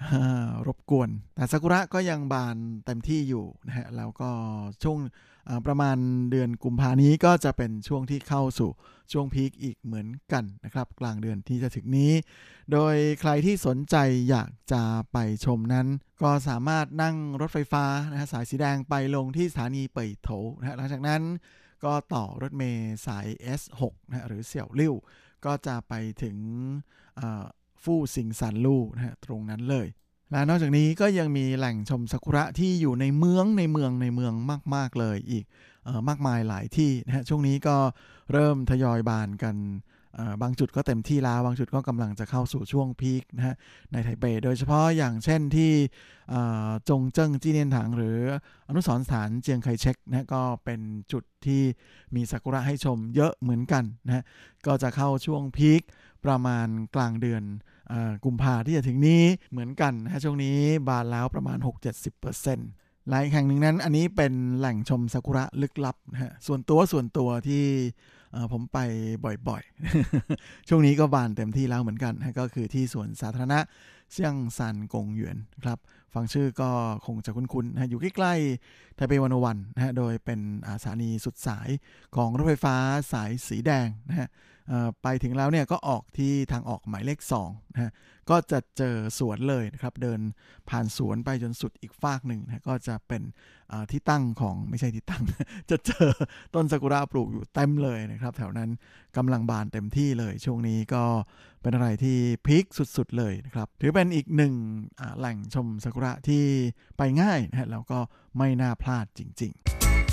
รบกวนแต่ซากุระก็ยังบานเต็มที่อยู่นะฮะแล้วก็ช่วงประมาณเดือนกุมภานี้ก็จะเป็นช่วงที่เข้าสู่ช่วงพีคอีกเหมือนกันนะครับกลางเดือนที่จะถึงนี้โดยใครที่สนใจอยากจะไปชมนั้นก็สามารถนั่งรถไฟฟ้านะฮะสายสีแดงไปลงที่สถานีเป่ยโถนะฮะหลังจากนั้นก็ต่อรถเมล์สาย เอส หก นะฮะหรือเสี่ยวลิ่วก็จะไปถึงฟู่ซิงซันลู่นะฮะตรงนั้นเลยและนอกจากนี้ก็ยังมีแหล่งชมซากุระที่อยู่ในเมืองในเมืองในเมืองมากๆเลยอีกเอ่อมากมายหลายที่นะฮะช่วงนี้ก็เริ่มทยอยบานกันบางจุดก็เต็มที่แล้วบางจุดก็กำลังจะเข้าสู่ช่วงพีคนะฮะในไทเปโดยเฉพาะอย่างเช่นที่จงเจิ้งจีเนียนถังหรืออนุสรณ์สถานเจียงไคเชกนะก็เป็นจุดที่มีซากุระให้ชมเยอะเหมือนกันนะฮะก็จะเข้าช่วงพีคประมาณกลางเดือนกุมภาที่จะถึงนี้เหมือนกันนะฮะช่วงนี้บานแล้วประมาณ หกถึงเจ็ดสิบเปอร์เซ็นต์ หลายแห่งหนึ่งนั้นอันนี้เป็นแหล่งชมซากุระลึกลับนะฮะส่วนตัวส่วนตัวที่ผมไปบ่อยๆ ช่วงนี้ก็บานเต็มที่แล้วเหมือนกันนะก็คือที่สวนสาธารณะเซี่ยงซันกงหยวนครับฟังชื่อก็คงจะคุ้นๆนะอยู่ใกล้ๆไทเปวันโอวันนะฮะโดยเป็นสถานีสุดสายของรถไฟฟ้าสายสีแดงนะฮะไปถึงแล้วเนี่ยก็ออกที่ทางออกหมายเลขสองนะฮะก็จะเจอสวนเลยนะครับเดินผ่านสวนไปจนสุดอีกฟากหนึ่งนะก็จะเป็นที่ตั้งของไม่ใช่ที่ตั้ง จะเจอต้นซากุระปลูกอยู่เต็มเลยนะครับแถวนั้นกำลังบานเต็มที่เลยช่วงนี้ก็เป็นอะไรที่พีคสุดๆเลยนะครับถือเป็นอีกหนึ่งแหล่งชมซากุระที่ไปง่ายนะฮะแล้วก็ไม่น่าพลาดจริงๆ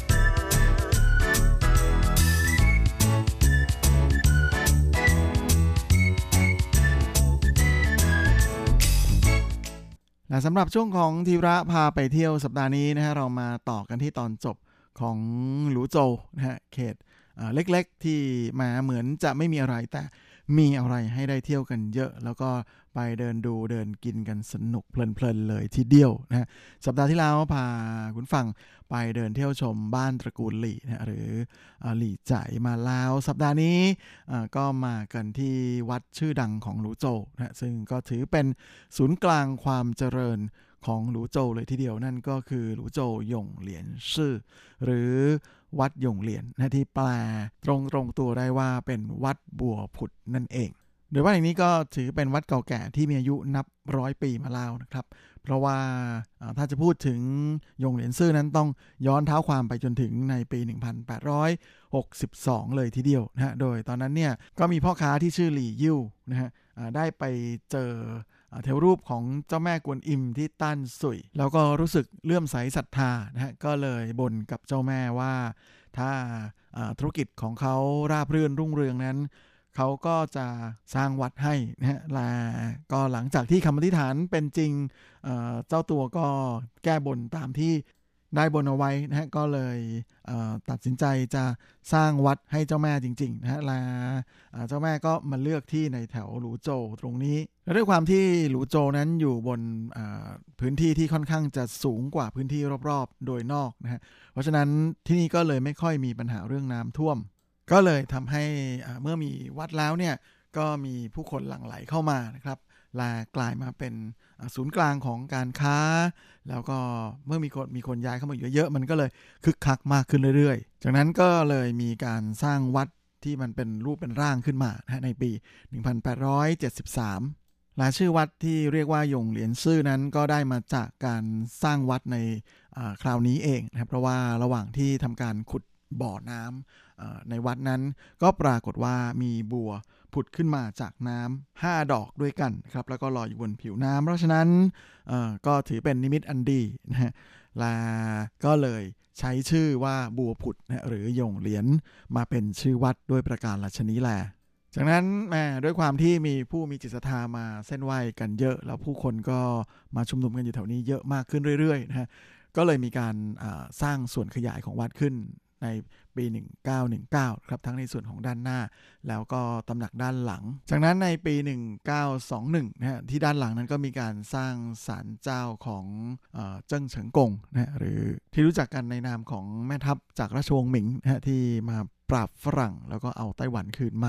และสำหรับช่วงของธีระพาไปเที่ยวสัปดาห์นี้นะฮะเรามาต่อกันที่ตอนจบของหลูโจวนะฮะเขตเล็กๆที่มาเหมือนจะไม่มีอะไรแต่มีอะไรให้ได้เที่ยวกันเยอะแล้วก็ไปเดินดูเดินกินกันสนุกเพลินๆเลยทีเดียวนะฮะสัปดาห์ที่แล้วพาคุณฟังไปเดินเที่ยวชมบ้านตระกูลหลี่นะหรือหลี่จ่ายมาแล้วสัปดาห์นี้ก็มากันที่วัดชื่อดังของหลูโจวนะซึ่งก็ถือเป็นศูนย์กลางความเจริญของหลูโจวเลยทีเดียวนั่นก็คือหลูโจวหยงเหลียนซื่อหรือวัดหยงเหลียนนะที่แปลตรงตรงตัวได้ว่าเป็นวัดบัวผุดนั่นเองโดยวัดแห่งนี้ก็ถือเป็นวัดเก่าแก่ที่มีอายุนับร้อยปีมาแล้วนะครับเพราะว่าถ้าจะพูดถึงหยงเหลียนซื่อนั้นต้องย้อนเท้าความไปจนถึงในปีหนึ่งพันแปดร้อยหกสิบสองเลยทีเดียวนะฮะโดยตอนนั้นเนี่ยก็มีพ่อค้าที่ชื่อหลี่ยิ่วนะฮะได้ไปเจอเทวรูปของเจ้าแม่กวนอิมที่ตั้นสุยแล้วก็รู้สึกเลื่อมใสศรัทธานะฮะก็เลยบ่นกับเจ้าแม่ว่าถ้าธุรกิจของเขาราบรื่นรุ่งเรืองนั้นเขาก็จะสร้างวัดให้นะฮะและก็หลังจากที่คำอธิษฐานเป็นจริง เอ่อ เจ้าตัวก็แก้บนตามที่ได้บนเอาไว้นะฮะก็เลยเอ่อตัดสินใจจะสร้างวัดให้เจ้าแม่จริงๆนะฮะและเจ้าแม่ก็มาเลือกที่ในแถวหลูโจวตรงนี้และด้วยความที่หลูโจวนั้นอยู่บนพื้นที่ที่ค่อนข้างจะสูงกว่าพื้นที่รอบๆโดยนอกนะฮะเพราะฉะนั้นที่นี่ก็เลยไม่ค่อยมีปัญหาเรื่องน้ำท่วมก็เลยทำให้เมื่อมีวัดแล้วเนี่ยก็มีผู้คนหลั่งไหลเข้ามานะครับและกลายมาเป็นศูนย์กลางของการค้าแล้วก็เมื่อมีคนมีคนย้ายเข้ามาเยอะๆมันก็เลยคึกคักมากขึ้นเรื่อยๆจากนั้นก็เลยมีการสร้างวัดที่มันเป็นรูปเป็นร่างขึ้นมานะในปีหนึ่งพันแปดร้อยเจ็ดสิบสามและชื่อวัดที่เรียกว่าหยงเหลียนซื่อนั้นก็ได้มาจากการสร้างวัดในคราวนี้เองนะครับเพราะว่าระหว่างที่ทำการขุดบ่อน้ำในวัดนั้นก็ปรากฏว่ามีบัวผุดขึ้นมาจากน้ำห้าดอกด้วยกันครับแล้วก็ลอยอยู่บนผิวน้ำเพราะฉะนั้นก็ถือเป็นนิมิตอันดีนะฮะและก็เลยใช้ชื่อว่าบัวผุดนะหรือหยงเหลียนมาเป็นชื่อวัดด้วยประการฉะนี้แลจากนั้นแม่ด้วยความที่มีผู้มีจิตศรัทธามาเส้นไหว้กันเยอะแล้วผู้คนก็มาชุมนุมกันอยู่แถวนี้เยอะมากขึ้นเรื่อยๆนะฮะก็เลยมีการสร้างส่วนขยายของวัดขึ้นในปีหนึ่งพันเก้าร้อยสิบเก้าครับทั้งในส่วนของด้านหน้าแล้วก็ตำหนักด้านหลังจากนั้นในปีหนึ่งพันเก้าร้อยยี่สิบเอ็ดนะฮะที่ด้านหลังนั้นก็มีการสร้างศาลเจ้าของเอ่อเจิ้งเฉิงกงนะฮะหรือที่รู้จักกันในนามของแม่ทัพจากราชวงศ์หมิงนะฮะที่มาปราบฝรั่งแล้วก็เอาไต้หวันคืนมา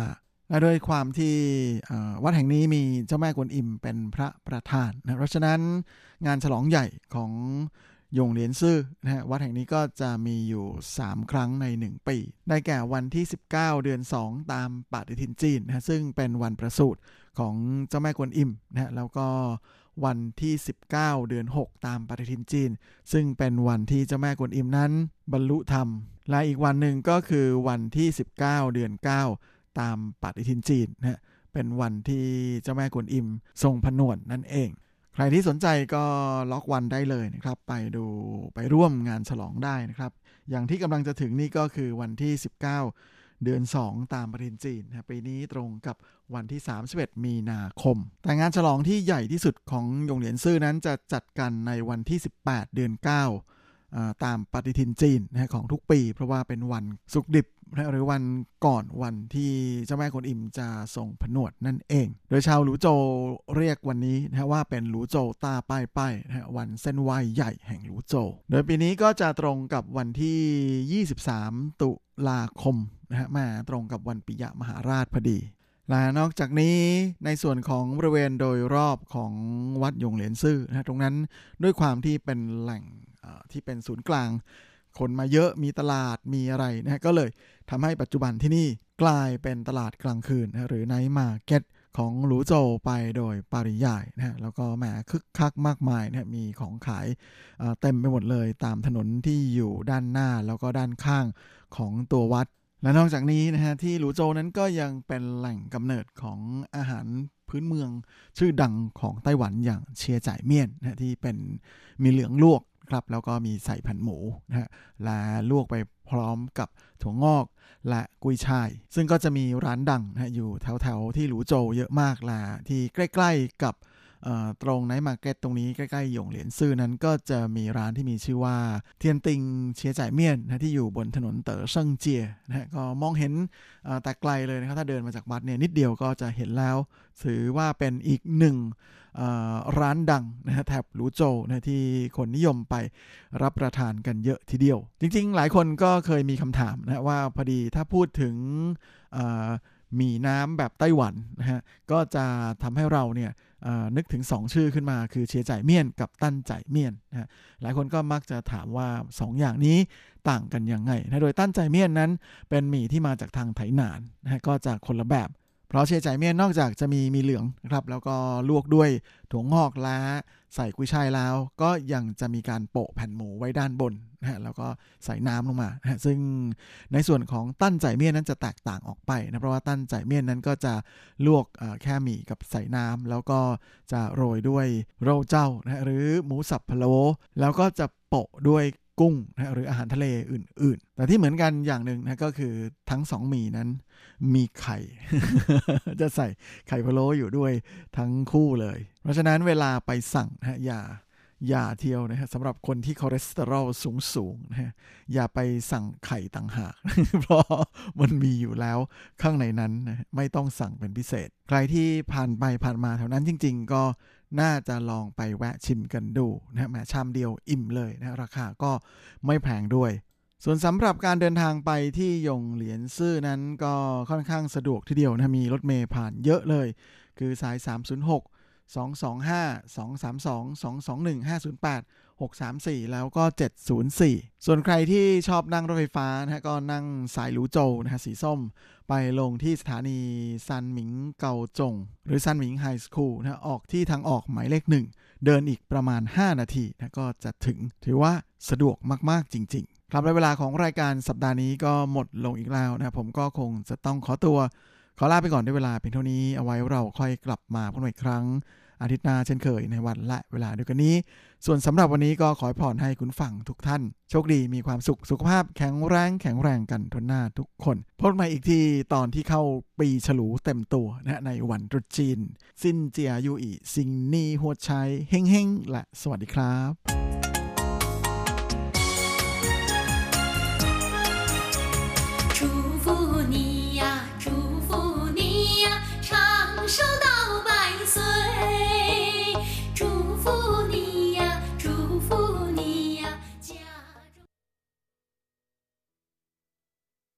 และด้วยความที่วัดแห่งนี้มีเจ้าแม่กวนอิมเป็นพระประธานนะเพราะฉะนั้นงานฉลองใหญ่ของยงเหลียนซื่อนะฮะวัดแห่งนี้ก็จะมีอยู่สามครั้งในหนึ่งปีได้แก่วันที่สิบเก้าเดือนสองตามปฏิทินจีนนะซึ่งเป็นวันประสูติของเจ้าแม่กวนอิมนะฮะแล้วก็วันที่สิบเก้าเดือนหกตามปฏิทินจีนซึ่งเป็นวันที่เจ้าแม่กวนอิมนั้นบรรลุธรรมและอีกวันหนึ่งก็คือวันที่สิบเก้าเดือนเก้าตามปฏิทินจีนนะเป็นวันที่เจ้าแม่กวนอิมทรงผนวดนั่นเองใครที่สนใจก็ล็อกวันได้เลยนะครับไปดูไปร่วมงานฉลองได้นะครับอย่างที่กำลังจะถึงนี่ก็คือวันที่สิบเก้าเดือนสองตามปฏิทินจีนนะปีนี้ตรงกับวันที่สามสิบเอ็ดมีนาคมแต่งานฉลองที่ใหญ่ที่สุดของยงเหลียนซื่อนั้นจะจัดกันในวันที่สิบแปดเดือนเก้าตามปฏิทินจีนนะของทุกปีเพราะว่าเป็นวันศุกร์ดิบหรือวันก่อนวันที่เจ้าแม่กวนอิมจะทรงผนวดนั่นเองโดยชาวหลูโจวเรียกวันนี้นะว่าเป็นหลูโจวต้าป้ายป้ายนะวันเส้นไหว้ใหญ่แห่งหลูโจวโดยปีนี้ก็จะตรงกับวันที่ยี่สิบสามตุลาคมนะฮะมาตรงกับวันปิยมหาราชพอดีและนอกจากนี้ในส่วนของบริเวณโดยรอบของวัดยงเหลียนซื่อนะตรงนั้นด้วยความที่เป็นแหล่งที่เป็นศูนย์กลางคนมาเยอะมีตลาดมีอะไรนะฮะก็เลยทำให้ปัจจุบันที่นี่กลายเป็นตลาดกลางคืนนะหรือไนท์มาร์เก็ตของหลูโจวไปโดยปริยายนะฮะแล้วก็แหมคึกคักมากมายนะมีของขายเต็มไปหมดเลยตามถนนที่อยู่ด้านหน้าแล้วก็ด้านข้างของตัววัดและนอกจากนี้นะฮะที่หลูโจวนั้นก็ยังเป็นแหล่งกำเนิดของอาหารพื้นเมืองชื่อดังของไต้หวันอย่างเชียจ่ายเมี่ยนนะที่เป็นมีเหลืองลวกครับแล้วก็มีใส่ผันหมูนะฮะและลวกไปพร้อมกับถั่วงอกและกุยช่ายซึ่งก็จะมีร้านดังนะอยู่แถวๆที่หลูโจวเยอะมากและที่ใกล้ๆกับตรงไนท์มาร์เก็ตตรงนี้ใกล้ๆหยงเหลียนซื่อนั้นก็จะมีร้านที่มีชื่อว่าเทียนติงเชียจ่ายเมี่ยนนะที่อยู่บนถนนเต๋อเซิงเจียนะฮะก็มองเห็นแต่ไกลเลยนะครับถ้าเดินมาจากวัดเนี่ยนิดเดียวก็จะเห็นแล้วถือว่าเป็นอีกหนึ่งร้านดังนะฮะแถบหลูโจวนะที่คนนิยมไปรับประทานกันเยอะทีเดียวจริงๆหลายคนก็เคยมีคำถามนะว่าพอดีถ้าพูดถึงมีน้ำแบบไต้หวันนะฮะก็จะทำให้เราเนี่ยนึกถึงสองชื่อขึ้นมาคือเชียจ่ายเมี่ยนกับตั้นจ่ายเมี่ยนนะฮะหลายคนก็มักจะถามว่าสองอย่างนี้ต่างกันยังไงนะโดยตั้นจ่ายเมี่ยนนั้นเป็นหมี่ที่มาจากทางไถหนานนะฮะก็จะคนละแบบเพราะเชียจ่ายเมี่ยนนอกจากจะมีมีเหลืองนะครับแล้วก็ลวกด้วยถั่วงอกและใส่กุ้ยช่ายแล้วก็ยังจะมีการโปะแผ่นหมูไว้ด้านบนนะฮะแล้วก็ใส่น้ำลงมานะฮะซึ่งในส่วนของตั้นจ่ายเมี่ยนนั้นจะแตกต่างออกไปนะเพราะว่าตั้นจ่ายเมี่ยนนั้นก็จะลวกแค่หมี่กับใส่น้ำแล้วก็จะโรยด้วยโรวเจ้านะหรือหมูสับพะโล้แล้วก็จะโปะด้วยกุ้งนะหรืออาหารทะเลอื่นๆแต่ที่เหมือนกันอย่างหนึ่งนะก็คือทั้งสองหมี่นั้นมีไข่ จะใส่ไข่พะโล้อยู่ด้วยทั้งคู่เลยเพราะฉะนั้นเวลาไปสั่งนะอย่าอย่าเที่ยวนะฮะสำหรับคนที่คอเลสเตอรอลสูงๆนะฮะอย่าไปสั่งไข่ต่างหาก เพราะมันมีอยู่แล้วข้างในนั้นนะไม่ต้องสั่งเป็นพิเศษใครที่ผ่านไปผ่านมาแถวนั้นจริงๆก็น่าจะลองไปแวะชิมกันดูนะแหมชามเดียวอิ่มเลยนะราคาก็ไม่แพงด้วยส่วนสำหรับการเดินทางไปที่ยงเหลียนซื่อนั้นก็ค่อนข้างสะดวกทีเดียวนะมีรถเมล์ผ่านเยอะเลยคือสายสามศูนย์หก สองสองห้า สองสามสอง สองสองหนึ่ง ห้าศูนย์แปด หกสามสี่แล้วก็เจ็ดศูนย์สี่ส่วนใครที่ชอบนั่งรถไฟฟ้านะฮะก็นั่งสายหลูโจวนะฮะสีส้มไปลงที่สถานีซันหมิงเกาจงหรือซันหมิงไฮสคูลนะออกที่ทางออกหมายเลขหนึ่งเดินอีกประมาณห้านาทีนะก็จะถึงถือว่าสะดวกมากๆจริงๆครับและเวลาของรายการสัปดาห์นี้ก็หมดลงอีกแล้วนะผมก็คงจะต้องขอตัวขอลาไปก่อนด้วยเวลาเพียงเท่านี้เอาไว้เราค่อยกลับมาพบกันอีกครั้งอาทิตย์หน้าเช่นเคยในวันและเวลาเดียวกันนี้ส่วนสำหรับวันนี้ก็ขอพรให้คุณฟังทุกท่านโชคดีมีความสุขสุขภาพแข็งแรงแข็งแรงกันทุกหน้าทุกคนพบกันใหม่อีกทีตอนที่เข้าปีฉลูเต็มตัวนะในวันตรุษจีนซินเจียยูอีซิงนี่หัวชัยเฮงเฮงและสวัสดีครับ